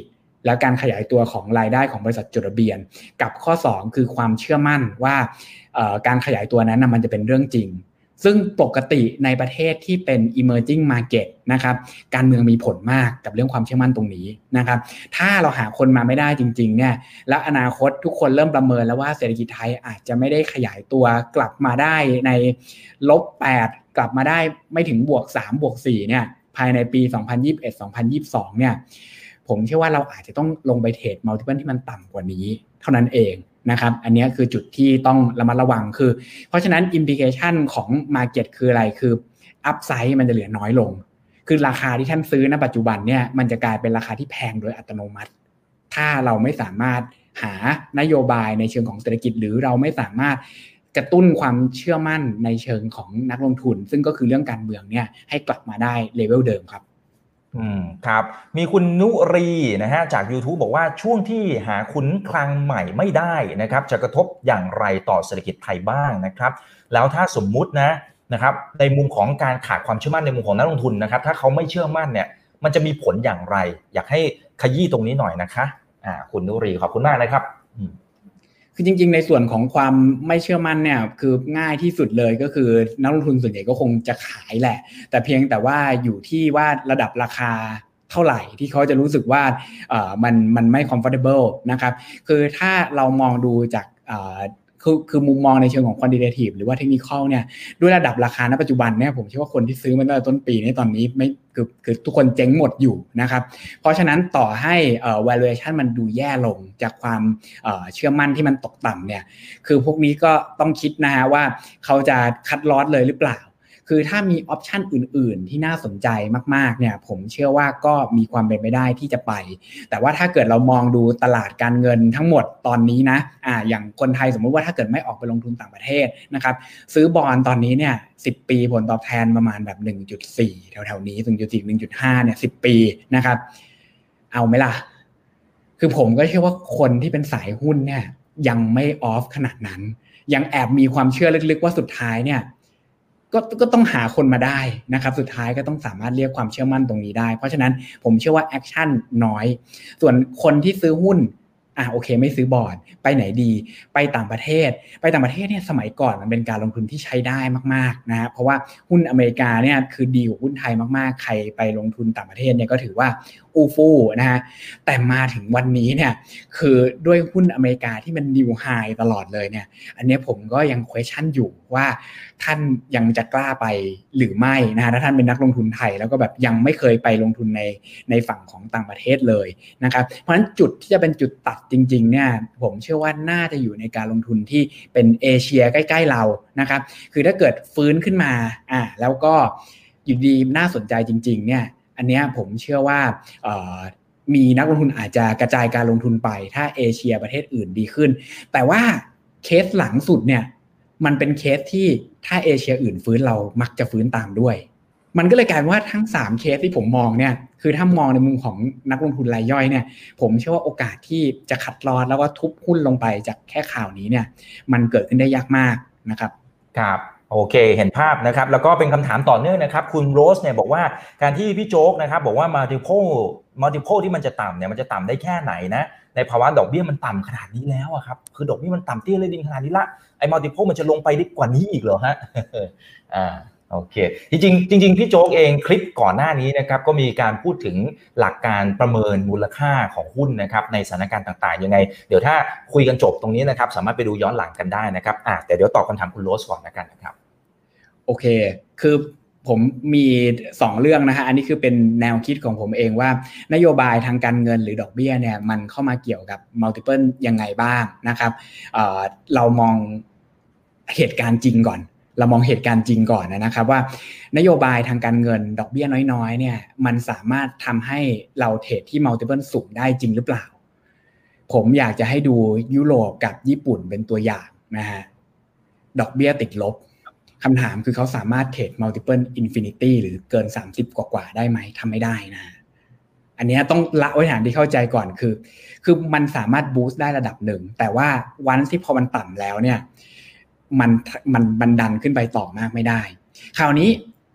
C: แล้วการขยายตัวของรายได้ของบริษัทจดทะเบียนกับข้อสองคือความเชื่อมั่นว่าการขยายตัวนั้นมันจะเป็นเรื่องจริงซึ่งปกติในประเทศที่เป็น emerging market นะครับการเมืองมีผลมากกับเรื่องความเชื่อมั่นตรงนี้นะครับถ้าเราหาคนมาไม่ได้จริงๆเนี่ยและอนาคตทุกคนเริ่มประเมินแล้วว่าเศรษฐกิจไทยอาจจะไม่ได้ขยายตัวกลับมาได้ในลบแปดกลับมาได้ไม่ถึงบวกสามบวกสี่เนี่ยภายในปีสองพันยี่สิบเอ็ด สองพันยี่สิบสองเนี่ยผมเชื่อว่าเราอาจจะต้องลงไปเทรด multiple ที่มันต่ำกว่านี้เท่านั้นเองนะครับอันนี้คือจุดที่ต้องระมัดระวังคือเพราะฉะนั้น implication ของ market คืออะไรคือ upside มันจะเหลือน้อยลงคือราคาที่ท่านซื้อณปัจจุบันเนี่ยมันจะกลายเป็นราคาที่แพงโดยอัตโนมัติถ้าเราไม่สามารถหานโยบายในเชิงของเศรษฐกิจหรือเราไม่สามารถกระตุ้นความเชื่อมั่นในเชิงของนักลงทุนซึ่งก็คือเรื่องการเมืองเนี่ยให้กลับมาได้เลเวลเดิมครับ
B: อืมครับมีคุณนุรีนะฮะจาก YouTube บอกว่าช่วงที่หาขุนคลังใหม่ไม่ได้นะครับจะกระทบอย่างไรต่อเศรษฐกิจไทยบ้างนะครับแล้วถ้าสมมุตินะนะครับในมุมของการขาดความเชื่อมั่นในมุมของนักลงทุนนะครับถ้าเขาไม่เชื่อมั่นเนี่ยมันจะมีผลอย่างไรอยากให้ขยี้ตรงนี้หน่อยนะคะอ่าคุณนุรีขอบคุณมากนะครับ
C: คือจริงๆในส่วนของความไม่เชื่อมั่นเนี่ยคือง่ายที่สุดเลยก็คือนักลงทุนส่วนใหญ่ก็คงจะขายแหละแต่เพียงแต่ว่าอยู่ที่ว่าระดับราคาเท่าไหร่ที่เขาจะรู้สึกว่าเอ่อมันมันไม่ comfortable นะครับคือถ้าเรามองดูจากเอ่อคือคือมุมมองในเชิงของ quantitative หรือว่า technical เนี่ยด้วยระดับราคาณปัจจุบันเนี่ยผมเชื่อว่าคนที่ซื้อมาตั้งแต่ต้นปีนี้ตอนนี้ไม่คือคือทุกคนเจ๊งหมดอยู่นะครับเพราะฉะนั้นต่อให้เอ่อ valuation มันดูแย่ลงจากความเอ่อเชื่อมั่นที่มันตกต่ำเนี่ยคือพวกนี้ก็ต้องคิดนะฮะว่าเขาจะคัดลอสเลยหรือเปล่าคือถ้ามีออปชันอื่นๆที่น่าสนใจมากๆเนี่ยผมเชื่อว่าก็มีความเป็นไปได้ที่จะไปแต่ว่าถ้าเกิดเรามองดูตลาดการเงินทั้งหมดตอนนี้นะอ่าอย่างคนไทยสมมุติว่าถ้าเกิดไม่ออกไปลงทุนต่างประเทศนะครับซื้อบอนด์ตอนนี้เนี่ยสิบปีผลตอบแทนประมาณแบบ หนึ่งจุดสี่ แถวๆนี้ หนึ่งจุดสี่ หนึ่งจุดห้า เนี่ยสิบปีนะครับเอาไหมล่ะคือผมก็เชื่อว่าคนที่เป็นสายหุ้นเนี่ยยังไม่ออฟขนาดนั้นยังแอบมีความเชื่อลึกๆว่าสุดท้ายเนี่ยก็ก็ต้องหาคนมาได้นะครับสุดท้ายก็ต้องสามารถเรียกความเชื่อมั่นตรงนี้ได้เพราะฉะนั้นผมเชื่อว่าแอคชั่นน้อยส่วนคนที่ซื้อหุ้นอ่ะโอเคไม่ซื้อบอร์ดไปไหนดีไปต่างประเทศไปต่างประเทศเนี่ยสมัยก่อนมันเป็นการลงทุนที่ใช้ได้มากๆนะเพราะว่าหุ้นอเมริกาเนี่ยคือดีกว่าหุ้นไทยมากๆใครไปลงทุนต่างประเทศเนี่ยก็ถือว่าอู้ฟู่นะฮะแต่มาถึงวันนี้เนี่ยคือด้วยหุ้นอเมริกาที่มันนิวไฮตลอดเลยเนี่ยอันนี้ผมก็ยัง question อยู่ว่าท่านยังจะกล้าไปหรือไม่นะฮะถ้าท่านเป็นนักลงทุนไทยแล้วก็แบบยังไม่เคยไปลงทุนในในฝั่งของต่างประเทศเลยนะครับเพราะฉะนั้นจุดที่จะเป็นจุดตัดจริงๆเนี่ยผมเชื่อว่าน่าจะอยู่ในการลงทุนที่เป็นเอเชียใกล้ๆเรานะครับคือถ้าเกิดฟื้นขึ้นมาอ่าแล้วก็อยู่ดีน่าสนใจจริงๆเนี่ยอันเนี้ยผมเชื่อว่าเอ่อมีนักลงทุนอาจจะกระจายการลงทุนไปถ้าเอเชียประเทศอื่นดีขึ้นแต่ว่าเคสหลังสุดเนี่ยมันเป็นเคสที่ถ้าเอเชียอื่นฟื้นเรามักจะฟื้นตามด้วยมันก็เลยกลายว่าทั้งสามเคสที่ผมมองเนี่ยคือถ้ามองในมุมของนักลงทุนรายย่อยเนี่ยผมเชื่อว่าโอกาสที่จะคัดลอสแล้วก็ทุบหุ้นลงไปจากแค่ข่าวนี้เนี่ยมันเกิดขึ้นได้ยากมากนะครับ
B: ครับโอเคเห็นภาพนะครับแล้วก็เป็นคำถามต่อเนื่องนะครับคุณโรสเนี่ยบอกว่าการที่พี่โจ๊กนะครับบอกว่า multiple multiple ที่มันจะต่ำเนี่ยมันจะต่ำได้แค่ไหนนะในภาวะดอกเบี้ยมันต่ำขนาดนี้แล้วอะครับคือดอกเบี้ยมันต่ำเตี้ยเลยดินขนาดนี้ละไอ้ multiple มันจะลงไปได้กว่านี้อีกเหรอฮะ อ่าโอเคจริงๆจริงๆพี่โจ๊กเองคลิปก่อนหน้านี้นะครับก็มีการพูดถึงหลักการประเมินมูลค่าของหุ้นนะครับในสถานการณ์ต่างๆยังไงเดี๋ยวถ้าคุยกันจบตรงนี้นะครับสามารถไปดูย้อนหลังกันได้นะครับอ่าแต่เดี๋ยวตอบคำถามคุณโรสก่อนกันนะครับ
C: โอเคคือผมมีสองเรื่องนะฮะอันนี้คือเป็นแนวคิดของผมเองว่านโยบายทางการเงินหรือดอกเบี้ยเนี่ยมันเข้ามาเกี่ยวกับ multiple ยังไงบ้างนะครับเอ่อเรามองเหตุการณ์จริงก่อนเรามองเหตุการณ์จริงก่อนนะครับว่านโยบายทางการเงินดอกเบี้ยน้อยๆเนี่ยมันสามารถทำให้เราเทรดที่ multiple สูงได้จริงหรือเปล่าผมอยากจะให้ดูยุโรปกับญี่ปุ่นเป็นตัวอย่างนะฮะดอกเบี้ยติดลบคำถามคือเขาสามารถเทรด multiple infinity หรือเกินสามสิบกว่าๆได้ไหมทำไม่ได้นะอันนี้ต้องละไว้ฐานที่เข้าใจก่อนคือคือมันสามารถบูสต์ได้ระดับหนึ่งแต่ว่าวันที่พอมันต่ำแล้วเนี่ยมันมันมันดันขึ้นไปต่อมากไม่ได้คราวนี้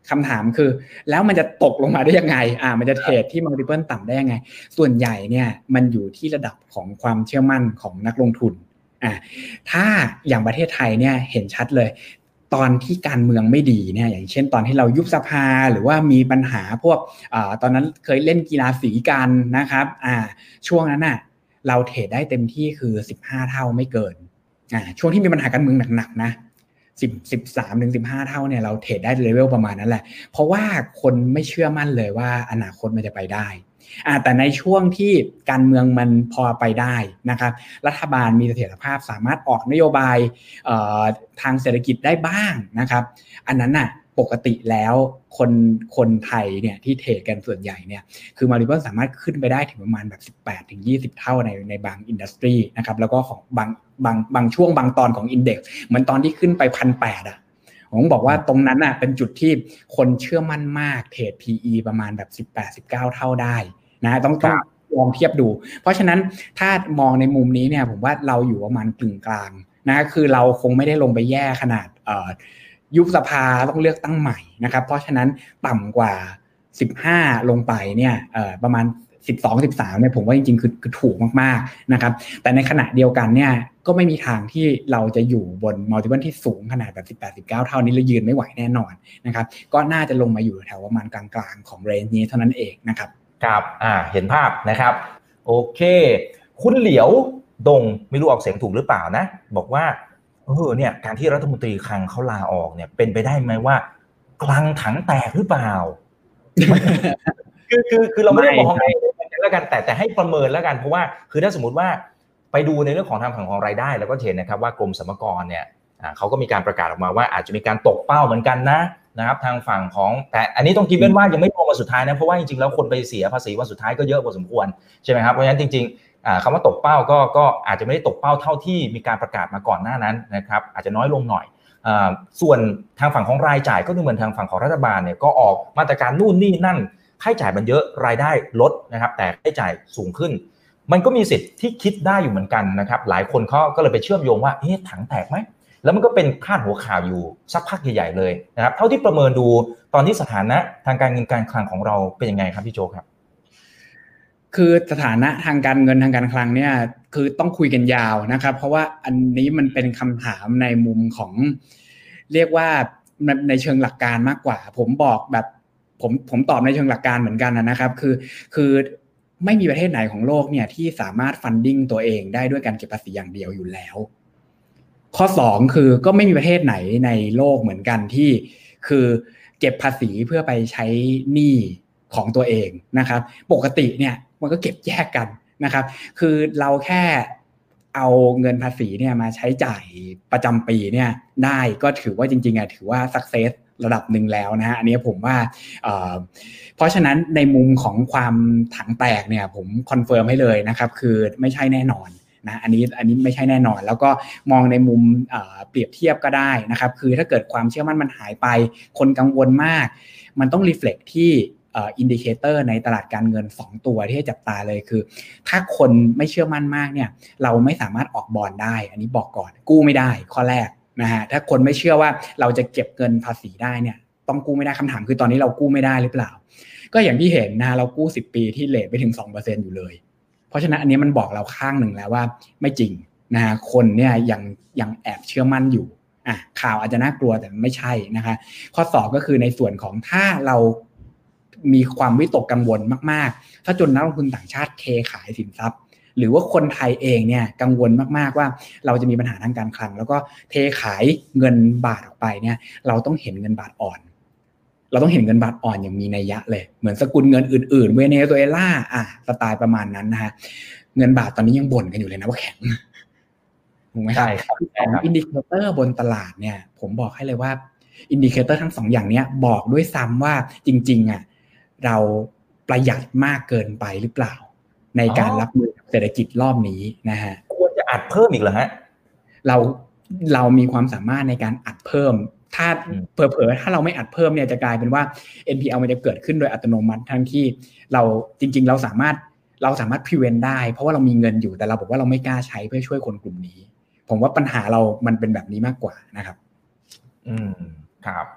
C: คำถามคือแล้วมันจะตกลงมาได้ยังไงอ่ามันจะเทรดที่ multiple ต่ำได้ยังไงส่วนใหญ่เนี่ยมันอยู่ที่ระดับของความเชื่อมั่นของนักลงทุนอ่าถ้าอย่างประเทศไทยเนี่ยเห็นชัดเลยตอนที่การเมืองไม่ดีเนี่ยอย่างเช่นตอนที่เรายุบสภาหรือว่ามีปัญหาพวกอ่าตอนนั้นเคยเล่นกีฬาสีกันนะครับอ่าช่วงนั้นน่ะเราเทรดได้เต็มที่คือสิบห้าเท่าไม่เกินอ่าช่วงที่มีปัญหาการเมืองหนักๆนะสิบ สิบสามถึงสิบห้าเท่าเนี่ยเราเทรดได้เลเวลประมาณนั้นแหละเพราะว่าคนไม่เชื่อมั่นเลยว่าอนาคตมันจะไปได้อ่าแต่ในช่วงที่การเมืองมันพอไปได้นะครับรัฐบาลมีเสถียรภาพสามารถออกนโยบายเอ่อทางเศรษฐกิจได้บ้างนะครับอันนั้นน่ะปกติแล้วคนคนไทยเนี่ยที่เทรดกันส่วนใหญ่เนี่ยคือมัลติเพิลสามารถขึ้นไปได้ถึงประมาณแบบสิบแปดถึงยี่สิบเท่าในในบางอินดัสทรีนะครับแล้วก็ของบางบางบางช่วงบางตอนของอินเด็กซ์เหมือนตอนที่ขึ้นไป หนึ่งพันแปดร้อย อ่ะผมบอกว่าตรงนั้นน่ะเป็นจุดที่คนเชื่อมั่นมากเทรด พี อี ประมาณแบบสิบแปด สิบเก้าเท่าได้นะต้องต้องลองเทียบดูเพราะฉะนั้นถ้ามองในมุมนี้เนี่ยผมว่าเราอยู่ประมาณกึ่งกลางนะคือเราคงไม่ได้ลงไปแย่ขนาดเอ่อยุบสภาต้องเลือกตั้งใหม่นะครับเพราะฉะนั้นต่ำกว่าสิบห้าลงไปเนี่ยเอ่อประมาณสิบสอง สิบสามเนี่ยผมว่าจริงๆคือคือถูกมากๆนะครับแต่ในขณะเดียวกันเนี่ยก็ไม่มีทางที่เราจะอยู่บนมัลติเพิลที่สูงขนาดแบบสิบแปด สิบเก้าเท่านี้แล้วยืนไม่ไหวแน่นอนนะครับก็น่าจะลงมาอยู่แถวประมาณกลางๆของเรนจ์นี้เท่านั้นเองนะครับ
B: ครับอ่าเห็นภาพนะครับโอเคคุณเหลียวดงไม่รู้ออกเสียงถูกหรือเปล่านะบอกว่าเออเนี่ยการที่รัฐมนตรีคลังเขาลาออกเนี่ยเป็นไปได้ไหมว่ากลังถังแตกหรือเปล่า คือคือคือเราไม่ได้มองแล้วกันแต่แต่ให้ประเมินแล้วกันเพราะว่าคือถ้าสมมติว่าไปดูในเรื่องของทางฝั่งของรายได้แล้วก็เห็นนะครับว่ากรมสรรพากรเนี่ยเขาก็มีการประกาศออกมาว่าอาจจะมีการตกเป้าเหมือนกันนะนะครับทางฝั่งของแต่อันนี้ต้องคิดเป็นว่ายังไม่พอมาสุดท้ายนะเพราะว่าจริงๆแล้วคนไปเสียภาษีวันสุดท้ายก็เยอะพอสมควรใช่ไหมครับเพราะฉะนั้นจริงๆคำว่าตกเป้าก็ก็อาจจะไม่ได้ตกเป้าเท่าที่มีการประกาศมาก่อนหน้านั้นนะครับอาจจะน้อยลงหน่อยส่วนทางฝั่งของรายจ่ายก็ดูเหมือนทางฝั่งของรัฐบาลเนี่ยก็ออกมาตรการนู่นนี่นั่นค่าใช้จ่ายมันเยอะรายได้ลดนะครับแต่ค่าใช้จ่ายสูงขึ้นมันก็มีสิทธิ์ที่คิดได้อยู่เหมือนกันนะครับหลายคนเขาก็เลยไปเชื่อมโยงว่าเอ๊ะถังแตกไหมแล้วมันก็เป็นพาดหัวข่าวอยู่สักพักใหญ่ๆเลยนะครับเท่าที่ประเมินดูตอนนี้สถานะทางการเงินการคลังของเราเป็นยังไงครับพี่โจครับ
C: คือสถานะทางการเงินทางการคลังเนี่ยคือต้องคุยกันยาวนะครับเพราะว่าอันนี้มันเป็นคำถามในมุมของเรียกว่าในเชิงหลักการมากกว่าผมบอกแบบผมผมตอบในเชิงหลักการเหมือนกันนะครับคือคือไม่มีประเทศไหนของโลกเนี่ยที่สามารถฟันดิ้งตัวเองได้ด้วยการเก็บภาษีอย่างเดียวอยู่แล้วข้อสองคือก็ไม่มีประเทศไหนในโลกเหมือนกันที่คือเก็บภาษีเพื่อไปใช้หนี้ของตัวเองนะครับปกติเนี่ยมันก็เก็บแยกกันนะครับคือเราแค่เอาเงินภาษีเนี่ยมาใช้จ่ายประจำปีเนี่ยได้ก็ถือว่าจริงๆอ่ะถือว่า success ระดับหนึ่งแล้วนะฮะอันนี้ผมว่าเอ่อเพราะฉะนั้นในมุมของความถังแตกเนี่ยผมคอนเฟิร์มให้เลยนะครับคือไม่ใช่แน่นอนนะอันนี้อันนี้ไม่ใช่แน่นอนแล้วก็มองในมุมเอ่อเปรียบเทียบก็ได้นะครับคือถ้าเกิดความเชื่อมั่นมันหายไปคนกังวลมากมันต้อง reflect ที่เอ่ออินดิเคเตอร์ในตลาดการเงินสองตัวที่ให้จับตาเลยคือถ้าคนไม่เชื่อมั่นมากเนี่ยเราไม่สามารถออกบอนด์ได้อันนี้บอกก่อนกู้ไม่ได้ข้อแรกนะฮะถ้าคนไม่เชื่อว่าเราจะเก็บเงินภาษีได้เนี่ยต้องกู้ไม่ได้คำถามคือตอนนี้เรากู้ไม่ได้หรือเปล่าก็อย่างที่เห็นนะเรากู้สิบปีที่เรทไปถึง สองเปอร์เซ็นต์ อยู่เลยเพราะฉะนั้นอันนี้มันบอกเราข้างหนึ่งแล้วว่าไม่จริงนะฮะคนเนี่ยยังยังแอบเชื่อมั่นอยู่อ่ะข่าวอาจจะน่ากลัวแต่ไม่ใช่นะคะข้อสองก็คือในส่วนของถ้าเรามีความวิตกกังวลมากๆถ้าจนนักลงทุนต่างชาติเทขายสินทรัพย์หรือว่าคนไทยเองเนี่ยกังวลมากๆว่าเราจะมีปัญหาทางการคลังแล้วก็เทขายเงินบาทออกไปเนี่ยเราต้องเห็นเงินบาทอ่อนเราต้องเห็นเงินบาทอ่อนอย่างมีนัยยะเลยเหมือนสกุลเงินอื่นๆเวเนซุเอลาอ่ะสไตล์ประมาณนั้นนะฮะเงินบาทตอนนี้ยังบ่นกันอยู่เลยนะว่าแข็งถูกไหมครับของอินดิเคเตอร์บนตลาดเนี่ยผมบอกให้เลยว่าอินดิเคเตอร์ทั้งสองอย่างนี้บอกด้วยซ้ำว่าจริงๆอ่ะเราประหยัดมากเกินไปหรือเปล่าในการรับมือกับเศรษฐกิจรอบนี้นะฮะ
B: ควรจะอัดเพิ่มอีกเหรอฮะ
C: เราเรามีความสามารถในการอัดเพิ่มถ้าเผลอๆถ้าเราไม่อัดเพิ่มเนี่ยจะกลายเป็นว่า เอ็น พี แอล มันจะเกิดขึ้นโดยอัตโนมัติทั้งที่เราจริงๆเราสามารถเราสามารถ prevent ได้เพราะว่าเรามีเงินอยู่แต่เราบอกว่าเราไม่กล้าใช้เพื่อช่วยคนกลุ่มนี้ผมว่าปัญหาเรามันเป็นแบบนี้มากกว่านะครับ
B: อืมครับ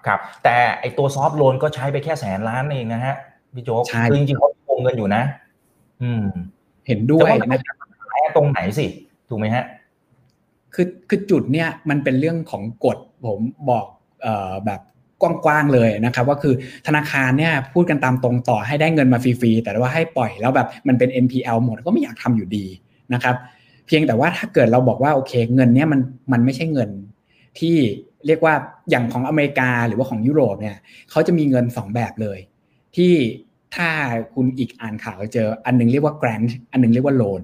B: ครับแต่ไอตัวซอฟท์โลนก็ใช้ไปแค่แสนล้านเองนะฮะพี่โจ๊กคือจริงๆเขาโกงเงินอยู่นะอืม
C: เห็นด้วยนะครับ
B: ตรงไหนสิถูกไหมฮะ
C: คือคือจุดเนี้ยมันเป็นเรื่องของกฎผมบอกเอ่อแบบกว้างๆเลยนะครับว่าคือธนาคารเนี่ยพูดกันตามตรงต่อให้ได้เงินมาฟรีๆแต่ว่าให้ปล่อยแล้วแบบมันเป็น เอ็น พี แอล หมดก็ไม่อยากทำอยู่ดีนะครับเพียงแต่ว่าถ้าเกิดเราบอกว่าโอเคเงินเนี้ยมันมันไม่ใช่เงินที่เรียกว่าอย่างของอเมริกาหรือว่าของยุโรปเนี่ยเขาจะมีเงินสองแบบเลยที่ถ้าคุณอีกอ่านข่าวเจออันนึงเรียกว่า grant อันนึงเรียกว่า loan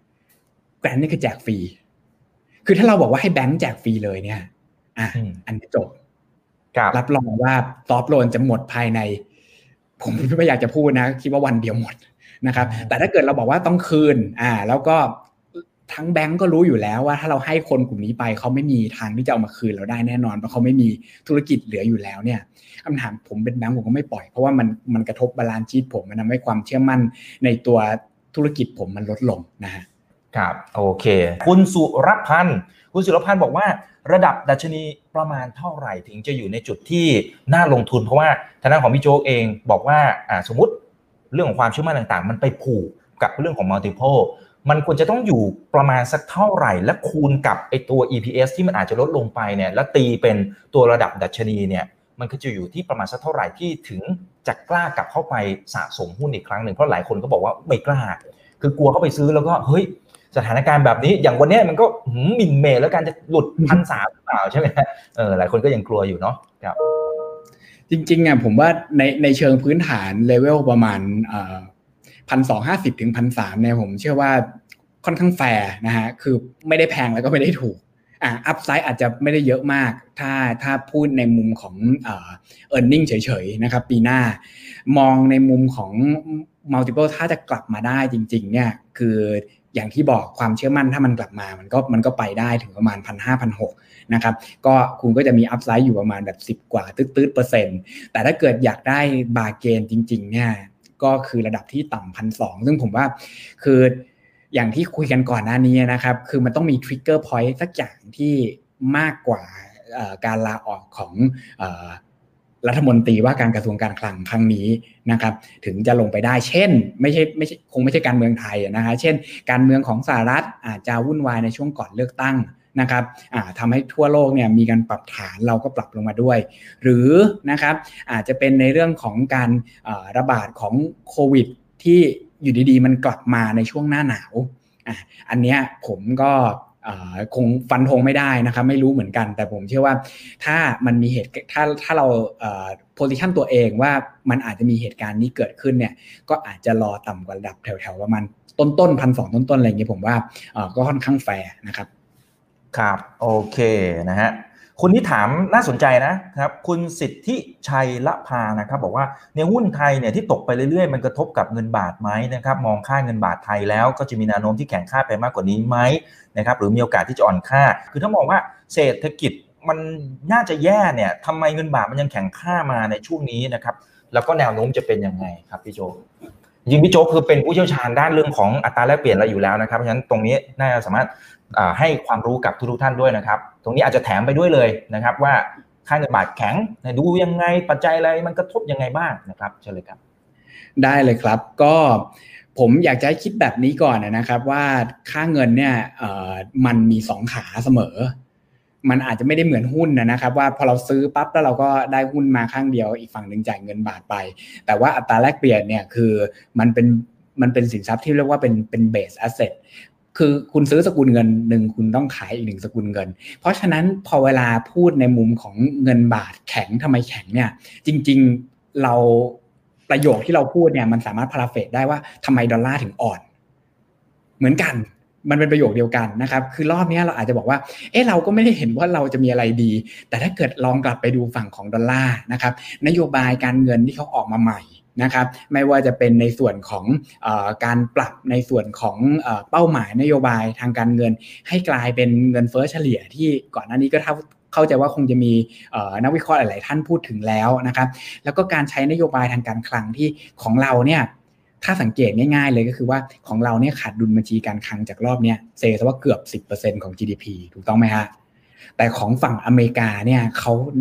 C: grant นี่คือแจกฟรีคือถ้าเราบอกว่าให้แบงค์แจกฟรีเลยเนี่ยอ่ะอันนี้จบรับรองว่าซอฟท์โลนจะหมดภายในผมไม่อยากจะพูดนะคิดว่าวันเดียวหมดนะครับแต่ถ้าเกิดเราบอกว่าต้องคืนอ่าแล้วก็ทั้งแบงก์ก็รู้อยู่แล้วว่าถ้าเราให้คนกลุ่มนี้ไปเขาไม่มีทางที่จะเอามาคืนเราได้แน่นอนเพราะเขาไม่มีธุรกิจเหลืออยู่แล้วเนี่ยคำถามผมเป็นแบงก์ผมก็ไม่ปล่อยเพราะว่ามันมันกระทบบาลานซ์ชีทผมมันทำให้ความเชื่อมั่นในตัวธุรกิจผมมันลดลงนะฮะ
B: ครับโอเคคุณสุรพันธ์คุณสุรพันธ์บอกว่าระดับดัชนีประมาณเท่าไหร่ถึงจะอยู่ในจุดที่น่าลงทุนเพราะว่าทางด้านของพี่โจ๊กเองบอกว่าอ่าสมมุติเรื่องของความเชื่อมั่นต่างๆมันไปผูกกับเรื่องของ multiple มันควรจะต้องอยู่ประมาณสักเท่าไหร่และคูณกับไอตัว อี พี เอส ที่มันอาจจะลดลงไปเนี่ยแล้วตีเป็นตัวระดับดัชนีเนี่ยมันก็จะอยู่ที่ประมาณสักเท่าไหร่ที่ถึงจะกล้ากลับเข้าไปสะสมหุ้นอีกครั้งหนึ่งเพราะหลายคนก็บอกว่าไม่กล้าคือกลัวเข้าไปซื้อแล้วก็เฮ้ยสถานการณ์แบบนี้อย่างวันนี้มันก็หมิ่นเมย์แล้วกันจะหลุด หนึ่งพันสามร้อย หรือเปล่าใช่ไหมเออหลายคนก็ยังกลัวอยู่เนาะครับ
C: จริงๆอ่ะผมว่าในในเชิงพื้นฐานเลเวลประมาณเอ่อ หนึ่งพันสองร้อยห้าสิบ ถึง หนึ่งพันสามร้อย เนี่ยผมเชื่อว่าค่อนข้างแฟร์นะฮะคือไม่ได้แพงแล้วก็ไม่ได้ถูกอ่ะอัพไซด์อาจจะไม่ได้เยอะมากถ้าถ้าพูดในมุมของเอ่อ earning เฉยๆนะครับปีหน้ามองในมุมของ multiple ถ้าจะกลับมาได้จริงๆเนี่ยคืออย่างที่บอกความเชื่อมั่นถ้ามันกลับมามันก็มันก็ไปได้ถึงประมาณ หนึ่งพันห้าร้อย หนึ่งพันหกร้อย นะครับก็คุณก็จะมีอัพไซด์อยู่ประมาณแบบสิบกว่าตืดๆเปอร์เซ็นต์แต่ถ้าเกิดอยากได้บาร์เกนจริงๆเนี่ยก็คือระดับที่ต่ำ หนึ่งพันสองร้อย ซึ่งผมว่าคืออย่างที่คุยกันก่อนหน้านี้นะครับคือมันต้องมีทริกเกอร์พอยต์สักอย่างที่มากกว่าการลาออกของรัฐมนตรีว่าการกระทรวงการคลังครั้งนี้นะครับถึงจะลงไปได้เช่นไม่ใช่ไม่ใช่คงไม่ใช่การเมืองไทยนะคะเช่นการเมืองของสหรัฐอาจจะวุ่นวายในช่วงก่อนเลือกตั้งนะครับทำให้ทั่วโลกเนี่ยมีการปรับฐานเราก็ปรับลงมาด้วยหรือนะครับอาจจะเป็นในเรื่องของการระบาดของโควิดที่อยู่ดีๆมันกลับมาในช่วงหน้าหนาวอ่ะอันเนี้ยผมก็คงฟันธงไม่ได้นะครับไม่รู้เหมือนกันแต่ผมเชื่อว่าถ้ามันมีเหตุถ้าถ้าเราโพสิชันตัวเองว่ามันอาจจะมีเหตุการณ์นี้เกิดขึ้นเนี่ยก็อาจจะรอต่ำกว่าระดับแถวๆประมาณต้นๆพันสองต้นๆอะไรอย่างเงี้ยผมว่าก็ค่อนข้างแฟร์นะครับ
B: ครับโอเคนะฮะคุณที่ถามน่าสนใจนะครับคุณสิทธิชัยละพานะครับบอกว่าในหุ้นไทยเนี่ยที่ตกไปเรื่อยๆมันกระทบกับเงินบาทไหมนะครับมองค่าเงินบาทไทยแล้วก็จะมีแนวโน้มที่แข็งค่าไปมากกว่านี้ไหมนะครับหรือมีโอกาสที่จะอ่อนค่าคือถ้ามองว่าเศรษฐกิจมันน่าจะแย่เนี่ยทำไมเงินบาทมันยังแข็งค่ามาในช่วงนี้นะครับแล้วก็แนวโน้มจะเป็นยังไงครับพี่โจจริงพี่โจคือเป็นผู้เชี่ยวชาญด้านเรื่องของอัตราแลกเปลี่ยนอะไรอยู่แล้วนะครับเพราะฉะนั้นตรงนี้น่าจะสามารถให้ความรู้กับทุกท่านด้วยนะครับตรงนี้อาจจะแถมไปด้วยเลยนะครับว่าค่าเงินบาทแข็งดูยังไงปัจจัยอะไรมันกระทบยังไงบ้างนะครับเชิญเลยครับ
C: ได้เลยครับก็ผมอยากจะให้คิดแบบนี้ก่อนนะครับว่าค่าเงินเนี่ยมันมีสองขาเสมอมันอาจจะไม่ได้เหมือนหุ้นนะครับว่าพอเราซื้อปั๊บแล้วเราก็ได้หุ้นมาข้างเดียวอีกฝั่งนึงจ่ายเงินบาทไปแต่ว่าอัตราแลกเปลี่ยนเนี่ยคือมันเป็นมันเป็นสินทรัพย์ที่เรียกว่าเป็นเป็นเบสแอสเซทคือคุณซื้อสกุลเงินหนึ่งคุณต้องขายอีกหนึ่งสกุลเงินเพราะฉะนั้นพอเวลาพูดในมุมของเงินบาทแข็งทำไมแข็งเนี่ยจริงๆเราประโยคที่เราพูดเนี่ยมันสามารถพาราเฟรซได้ว่าทำไมดอลลาร์ถึงอ่อนเหมือนกันมันเป็นประโยคเดียวกันนะครับคือรอบนี้เราอาจจะบอกว่าเอ๊ะเราก็ไม่ได้เห็นว่าเราจะมีอะไรดีแต่ถ้าเกิดลองกลับไปดูฝั่งของดอลลาร์นะครับนโยบายการเงินที่เขาออกมาใหม่นะครับไม่ว่าจะเป็นในส่วนของเอ่อการปรับในส่วนของเอ่อเป้าหมายนโยบายทางการเงินให้กลายเป็นเงินเฟ้อเฉลี่ยที่ก่อนหน้านี้ก็เท่าเข้าใจว่าคงจะมีนักวิเคราะห์หลายๆท่านพูดถึงแล้วนะครับแล้วก็การใช้นโยบายทางการคลังที่ของเราเนี่ยถ้าสังเกตง่ายๆเลยก็คือว่าของเราเนี่ยขาดดุลบัญชีการคลังจากรอบเนี้ยเซซะว่าเกือบ สิบเปอร์เซ็นต์ ของ จี ดี พี ถูกต้องไหมฮะแต่ของฝั่งอเมริกาเนี่ยเขา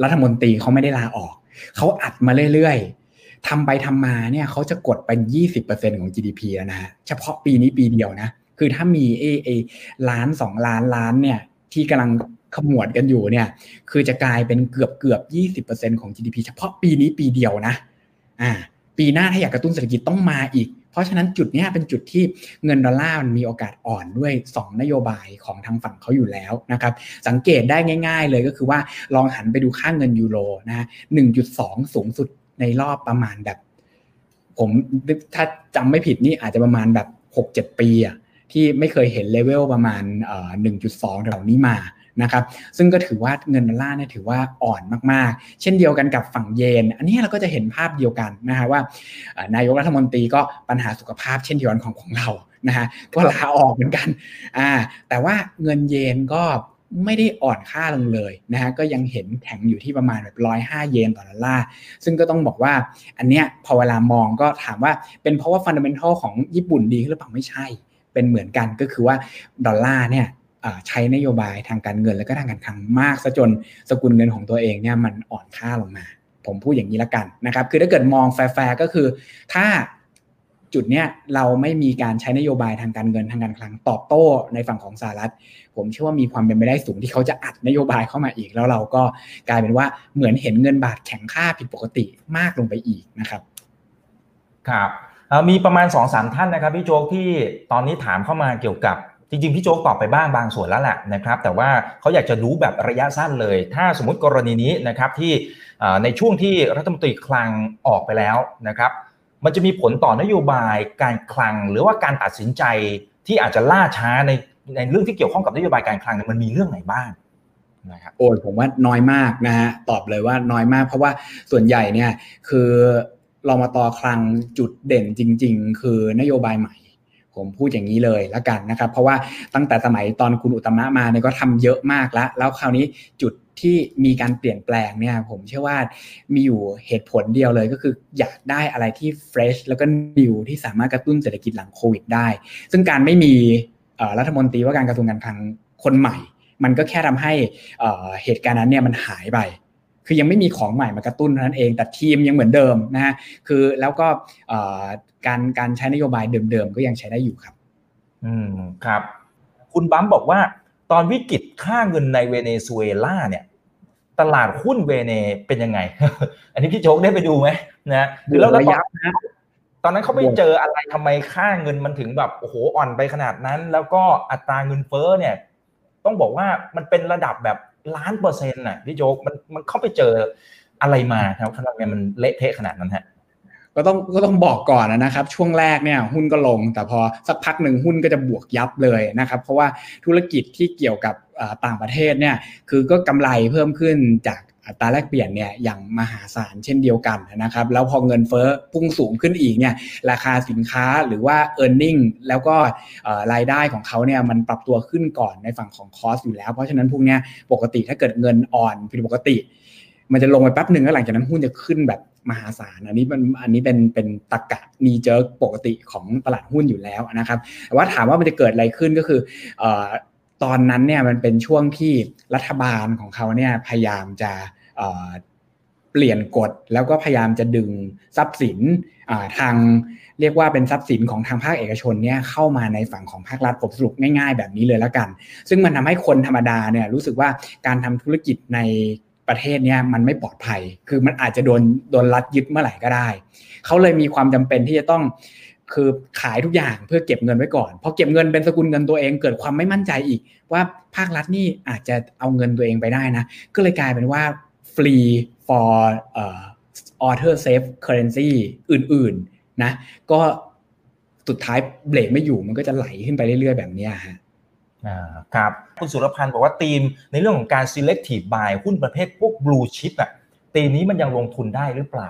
C: รัฐมนตรีเขาไม่ได้ลาออกเขาอัดมาเรื่อยๆทำไปทำมาเนี่ยเขาจะกดเป็น ยี่สิบเปอร์เซ็นต์ ของ จี ดี พี แล้วนะฮะเฉพาะปีนี้ปีเดียวนะคือถ้ามีไอ้ไอ้ล้านสองล้านล้านเนี่ยที่กำลังขมวดกันอยู่เนี่ยคือจะกลายเป็นเกือบเกือบ ยี่สิบเปอร์เซ็นต์ ของ จี ดี พี เฉพาะปีนี้ปีเดียวนะอ่าปีหน้าถ้าอยากกระตุ้นเศรษฐกิจต้องมาอีกเพราะฉะนั้นจุดนี้เป็นจุดที่เงินดอลลาร์มันมีโอกาสอ่อนด้วยสองนโยบายของทางฝั่งเขาอยู่แล้วนะครับสังเกตได้ง่ายๆเลยก็คือว่าลองหันไปดูค่าเงินยูโรนะ หนึ่งจุดสอง สูงสุดในรอบประมาณแบบผมถ้าจำไม่ผิดนี่อาจจะประมาณแบบ หกเจ็ด ปีอ่ะที่ไม่เคยเห็นเลเวลประมาณเอ่อ หนึ่งจุดสอง แถวนี้มานะครับซึ่งก็ถือว่าเงินดอลลาร์เนี่ยถือว่าอ่อนมากๆเช่นเดียวกันกับฝั่งเยนอันนี้เราก็จะเห็นภาพเดียวกันนะฮะว่านายกรัฐมนตรีก็ปัญหาสุขภาพเช่นเดียวกันของของเรานะฮะก็ลาออกเหมือนกันอ่าแต่ว่าเงินเยนก็ไม่ได้อ่อนค่าลงเลยนะฮะก็ยังเห็นแข็งอยู่ที่ประมาณแบบหนึ่งร้อยห้าเยนต่อดอลลาร์ซึ่งก็ต้องบอกว่าอันเนี้ยพอเวลามองก็ถามว่าเป็นเพราะว่าฟันดาเมนทัลของญี่ปุ่นดีขึ้นหรือเปล่าไม่ใช่เป็นเหมือนกันก็คือว่าดอลลาร์เนี่ยใช้นโยบายทางการเงินและก็ทางการคลังมากซะจนสกุลเงินของตัวเองเนี่ยมันอ่อนค่าลงมาผมพูดอย่างนี้ละกันนะครับคือถ้าเกิดมองแฟร์ๆก็คือถ้าจุดเนี้ยเราไม่มีการใช้นโยบายทางการเงินทางการคลังตอบโต้ในฝั่งของสหรัฐผมเชื่อว่ามีความเป็นไปได้สูงที่เขาจะอัดนโยบายเข้ามาอีกแล้วเราก็กลายเป็นว่าเหมือนเห็นเงินบาทแข็งค่าผิดปกติมากลงไปอีกนะครับ
B: ครับมีประมาณ สองถึงสาม ท่านนะครับพี่โจ๊กที่ตอนนี้ถามเข้ามาเกี่ยวกับจริงๆพี่โจ๊กตอบไปบ้างบางส่วนแล้วแหละนะครับแต่ว่าเขาอยากจะรู้แบบระยะสั้นเลยถ้าสมมุติกรณีนี้นะครับที่ในช่วงที่รัฐมนตรีคลังออกไปแล้วนะครับมันจะมีผลต่อนโยบายการคลังหรือว่าการตัดสินใจที่อาจจะล่าช้าในในเรื่องที่เกี่ยวข้องกับนโยบายการคลังมันมีเรื่องไหนบ้างนะครับ
C: โอ้ยผมว่าน้อยมากนะฮะตอบเลยว่าน้อยมากเพราะว่าส่วนใหญ่เนี่ยคือรมต.คลังจุดเด่นจริงๆคือนโยบายใหม่ผมพูดอย่างนี้เลยละกันนะครับเพราะว่าตั้งแต่สมัยตอนคุณอุตตมะมาเนี่ยก็ทำเยอะมากแล้วแล้วคราวนี้จุดที่มีการเปลี่ยนแปลงเนี่ยผมเชื่อว่ามีอยู่เหตุผลเดียวเลยก็คืออยากได้อะไรที่ fresh แล้วก็ new ที่สามารถกระตุ้นเศรษฐกิจหลังโควิดได้ซึ่งการไม่มีรัฐมนตรีว่าการกระทรวงการคลังคนใหม่มันก็แค่ทำให้เหตุการณ์นั้นเนี่ยมันหายไปคือยังไม่มีของใหม่มากระตุ้นนั้นเองแต่ทีมยังเหมือนเดิมนะฮะคือแล้วก็การการใช้นโยบายเดิมๆก็ยังใช้ได้อยู่ครับ
B: อืมครับคุณบัมบอกว่าตอนวิกฤตค่าเงินในเวเนซุเอลาเนี่ยตลาดหุ้นเวเนเป็นยังไง อันนี้พี่โจ๊กได้ไปดูไหมนะคือแล้วระยะนะตอนนั้นเขาไปเจออะไรทำไมค่าเงินมันถึงแบบโอ้โหอ่อนไปขนาดนั้นแล้วก็อัตราเงินเฟ้อเนี่ยต้องบอกว่ามันเป็นระดับแบบล้านเปอร์เซ็นต์น่ะพี่โจ๊กมันมันเข้าไปเจออะไรมาครับทำไมมันเละเทะขนาดนั้นฮะ
C: ก็ต้องก็ต้องบอกก่อนนะครับช่วงแรกเนี่ยหุ้นก็ลงแต่พอสักพักหนึ่งหุ้นก็จะบวกยับเลยนะครับเพราะว่าธุรกิจที่เกี่ยวกับต่างประเทศเนี่ยคือก็กำไรเพิ่มขึ้นจากอัตราแลกเปลี่ยนเนี่ยอย่างมหาศาลเช่นเดียวกันนะครับแล้วพอเงินเฟ้อพุ่งสูงขึ้นอีกเนี่ยราคาสินค้าหรือว่า earning แล้วก็รายได้ของเขาเนี่ยมันปรับตัวขึ้นก่อนในฝั่งของ cost อยู่แล้วเพราะฉะนั้นพวกเนี้ยปกติถ้าเกิดเงินอ่อนผิดปกติมันจะลงไปแป๊บนึงแล้วหลังจากนั้นหุ้นจะขึ้นแบบมหาศาลอันนี้มันอันนี้เป็นเป็นตรรกะนีเจิร์กปกติของตลาดหุ้นอยู่แล้วนะครับแต่ว่าถามว่ามันจะเกิดอะไรขึ้นก็คือเอ่อตอนนั้นเนี่ยมันเป็นช่วงที่รัฐบาลของเขาเนี่ยพยายามจะเอ่อเปลี่ยนกฎแล้วก็พยายามจะดึงทรัพย์สินอ่าทางเรียกว่าเป็นทรัพย์สินของทางภาคเอกชนเนี่ยเข้ามาในฝั่งของภาครัฐผมสรุปง่ายๆแบบนี้เลยแล้วกันซึ่งมันทำให้คนธรรมดาเนี่ยรู้สึกว่าการทำธุรกิจในประเทศเนี้ยมันไม่ปลอดภัยคือมันอาจจะโดนโดนรัฐยึดเมื่อไหร่ก็ได้เขาเลยมีความจำเป็นที่จะต้องคือขายทุกอย่างเพื่อเก็บเงินไว้ก่อนพอเก็บเงินเป็นสกุลเงินตัวเองเกิดความไม่มั่นใจอีกว่าภาครัฐนี่อาจจะเอาเงินตัวเองไปได้นะก็เลยกลายเป็นว่าฟรี for เอ่อ other safe currency อื่นๆนะก็สุดท้ายเบรกไม่อยู่มันก็จะไหลขึ้นไปเรื่อยๆแบบนี้ฮะ
B: อ่าครับคุณสุรพันธ์บอกว่าธีมในเรื่องของการ selective buy หุ้นประเภทพวก blue chip อ่ะธีมนี้มันยังลงทุนได้หรือเปล่า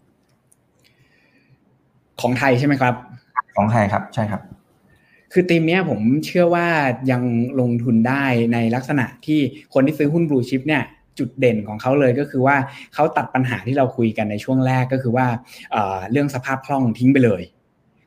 C: ของไทยใช่ไหมครับ
B: ของไทยครับใช่ครับ
C: คือธีมนี้ผมเชื่อว่ายังลงทุนได้ในลักษณะที่คนที่ซื้อหุ้น blue chip เนี่ยจุดเด่นของเขาเลยก็คือว่าเขาตัดปัญหาที่เราคุยกันในช่วงแรกก็คือว่า เอ่อ เรื่องสภาพคล่องทิ้งไปเลย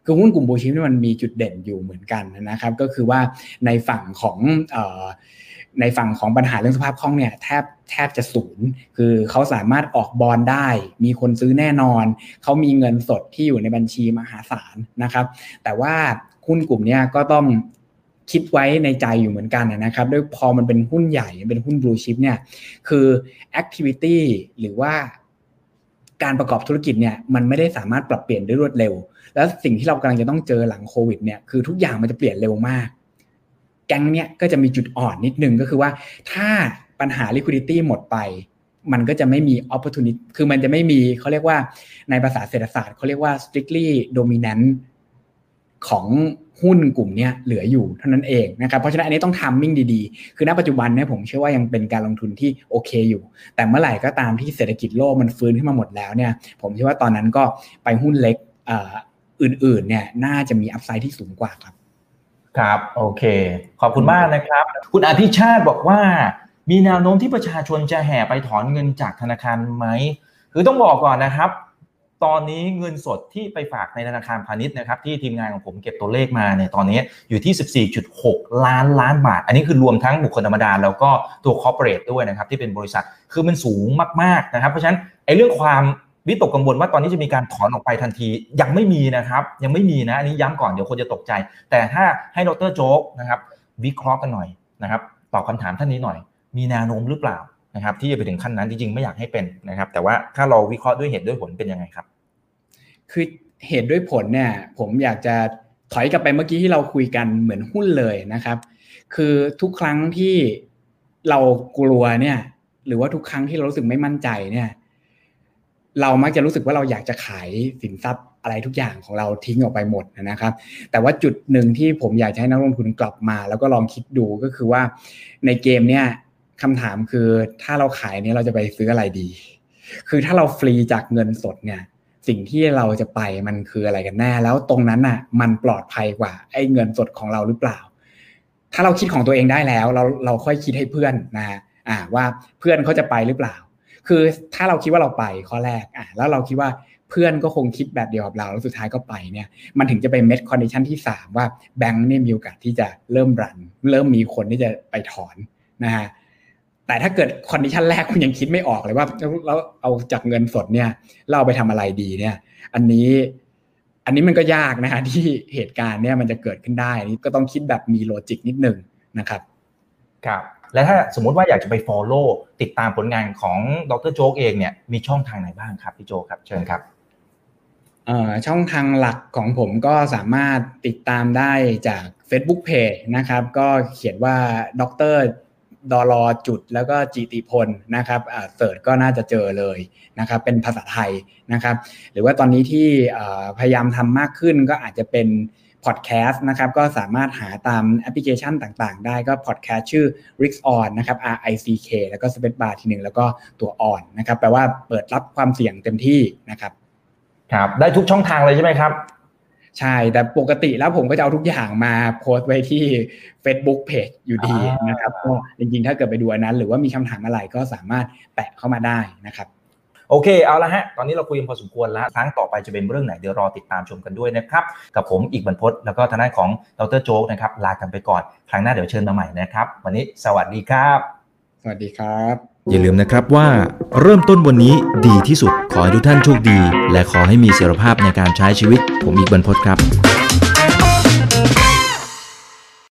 C: คือหุ้นกลุ่ม blue chip นี่มันมีจุดเด่นอยู่เหมือนกันนะครับก็คือว่าในฝั่งของเอ่อในฝั่งของปัญหาเรื่องสภาพคล่องเนี่ยแทบแทบจะศูนย์คือเขาสามารถออกบอนด์ได้มีคนซื้อแน่นอนเขามีเงินสดที่อยู่ในบัญชีมหาศาลนะครับแต่ว่าหุ้นกลุ่มนี้ก็ต้องคิดไว้ในใจอยู่เหมือนกันนะครับด้วยพอมันเป็นหุ้นใหญ่เป็นหุ้น blue chip เนี่ยคือ activity หรือว่าการประกอบธุรกิจเนี่ยมันไม่ได้สามารถปรับเปลี่ยนได้รวดเร็วแล้วสิ่งที่เรากำลังจะต้องเจอหลังโควิดเนี่ยคือทุกอย่างมันจะเปลี่ยนเร็วมากแก๊งเนี่ยก็จะมีจุดอ่อนนิดนึงก็คือว่าถ้าปัญหา liquidity หมดไปมันก็จะไม่มี opportunity คือมันจะไม่มีเขาเรียกว่าในภาษาเศรษฐศาสตร์เขาเรียกว่า strictly dominant ของหุ้นกลุ่มนี้เหลืออยู่เท่านั้นเองนะครับเพราะฉะนั้นอันนี้ต้องทามมิ่งดีๆคือณปัจจุบันเนี่ยผมเชื่อว่ายังเป็นการลงทุนที่โอเคอยู่แต่เมื่อไหร่ก็ตามที่เศรษฐกิจโลกมันฟื้นขึ้นมาหมดแล้วเนี่ยผมคิดว่าตอนนั้นก็ไปหุ้นเล็กเอ่ออื่นๆเนี่ยน่าจะมีอัพไซด์ที่สูงกว่าครับ
B: ครับโอเคขอบคุณมากนะครับคุณอภิชาติบอกว่ามีแนวโน้มที่ประชาชนจะแห่ไปถอนเงินจากธนาคารไหมคือต้องบอกก่อนนะครับตอนนี้เงินสดที่ไปฝากในธนาคารพาณิชย์นะครับที่ทีมงานของผมเก็บตัวเลขมาเนี่ยตอนนี้อยู่ที่ สิบสี่จุดหก ล้านล้านบาทอันนี้คือรวมทั้งบุคคลธรรมดาแล้วก็ตัวคอร์ปอเรทด้วยนะครับที่เป็นบริษัทคือมันสูงมากๆนะครับเพราะฉะนั้นไอ้เรื่องความวิตกกังวลว่าตอนนี้จะมีการถอนออกไปทันทียังไม่มีนะครับยังไม่มีนะอันนี้ย้ำก่อนเดี๋ยวคนจะตกใจแต่ถ้าให้ดร.โจ๊กนะครับวิเคราะห์กันหน่อยนะครับตอบคำถามท่านนี้หน่อยมีแนวโน้มหรือเปล่านะครับที่จะไปถึงขั้นนั้นจริงๆไม่อยากให้เป็นนะครับแต่ว่าถ้าเราวิเคราะห์ด้วยเหตุด้วยผลเป็นยังไงครับ
C: คือเหตุด้วยผลเนี่ยผมอยากจะถอยกลับไปเมื่อกี้ที่เราคุยกันเหมือนหุ้นเลยนะครับคือทุกครั้งที่เรากลัวเนี่ยหรือว่าทุกครั้งที่เรารู้สึกไม่มั่นใจเนี่ยเรามักจะรู้สึกว่าเราอยากจะขายสินทรัพย์อะไรทุกอย่างของเราทิ้งออกไปหมดนะครับแต่ว่าจุดหนึ่งที่ผมอยากให้นักลงทุนกลับมาแล้วก็ลองคิดดูก็คือว่าในเกมเนี่ยคำถามคือถ้าเราขายเนี่ยเราจะไปซื้ออะไรดีคือถ้าเราฟรีจากเงินสดเนี่ยสิ่งที่เราจะไปมันคืออะไรกันแน่แล้วตรงนั้นน่ะมันปลอดภัยกว่าไอ้เงินสดของเราหรือเปล่าถ้าเราคิดของตัวเองได้แล้วเราเราค่อยคิดให้เพื่อนนะฮะอ่าว่าเพื่อนเขาจะไปหรือเปล่าคือถ้าเราคิดว่าเราไปข้อแรกอ่ะแล้วเราคิดว่าเพื่อนก็คงคิดแบบเดียวกับเราแล้วสุดท้ายก็ไปเนี่ยมันถึงจะไปเม็ดคอนดิชันที่สามว่าแบงค์เนี่ยมีโอกาสที่จะเริ่มรันเริ่มมีคนที่จะไปถอนนะฮะแต่ถ้าเกิดคอนดิชันแรกคุณยังคิดไม่ออกเลยว่าแล้วเอาจากเงินสดเนี่ยเราเอาไปทำอะไรดีเนี่ยอันนี้อันนี้มันก็ยากนะฮะที่เหตุการณ์เนี่ยมันจะเกิดขึ้นได้นี่ก็ต้องคิดแบบมีโลจิกนิดนึงนะครับ
B: ครับและถ้าสมมุติว่าอยากจะไป follow ติดตามผลงานของดร.โจ๊กเองเนี่ยมีช่องทางไหนบ้างครับพี่โจ๊กครับเชิญครับ
C: เอ่อช่องทางหลักของผมก็สามารถติดตามได้จาก Facebook Page นะครับก็เขียนว่าดร.ดลจุดแล้วก็จิติพลนะครับอ่าเสิร์ชก็น่าจะเจอเลยนะครับเป็นภาษาไทยนะครับหรือว่าตอนนี้ที่พยายามทำมากขึ้นก็อาจจะเป็นพอดแคสต์นะครับก็สามารถหาตามแอปพลิเคชันต่างๆได้ก็พอดแคสต์ชื่อ Risk On นะครับ R I C K แล้วก็ Space Bar ทีนึงแล้วก็ตัว On นะครับแปลว่าเปิดรับความเสี่ยงเต็มที่นะครับ
B: ครับได้ทุกช่องทางเลยใช่ไหมครับ
C: ใช่แต่ปกติแล้วผมก็จะเอาทุกอย่างมาโพสต์ไว้ที่ Facebook Page อยู่ดีนะครับก็จริงๆถ้าเกิดไปดูอันนั้นหรือว่ามีคำถามอะไรก็สามารถแปะเข้ามาได้นะครับ
B: โอเคเอาละฮะตอนนี้เราคุยกันพอสมควรแล้วครั้งต่อไปจะเป็นเรื่องไหนเดี๋ยวรอติดตามชมกันด้วยนะครับกับผมอีกบรรพตแล้วก็ทางด้านของดร.โจ๊กนะครับลากันไปก่อนครั้งหน้าเดี๋ยวเชิญมาใหม่นะครับวันนี้สวัสดีครับ
C: สวัสดีครับ
A: อย่าลืมนะครับว่าเริ่มต้นวันนี้ดีที่สุดขอให้ทุกท่านโชคดีและขอให้มีเสถียรภาพในการใช้ชีวิตผมอีกบรรพตครับ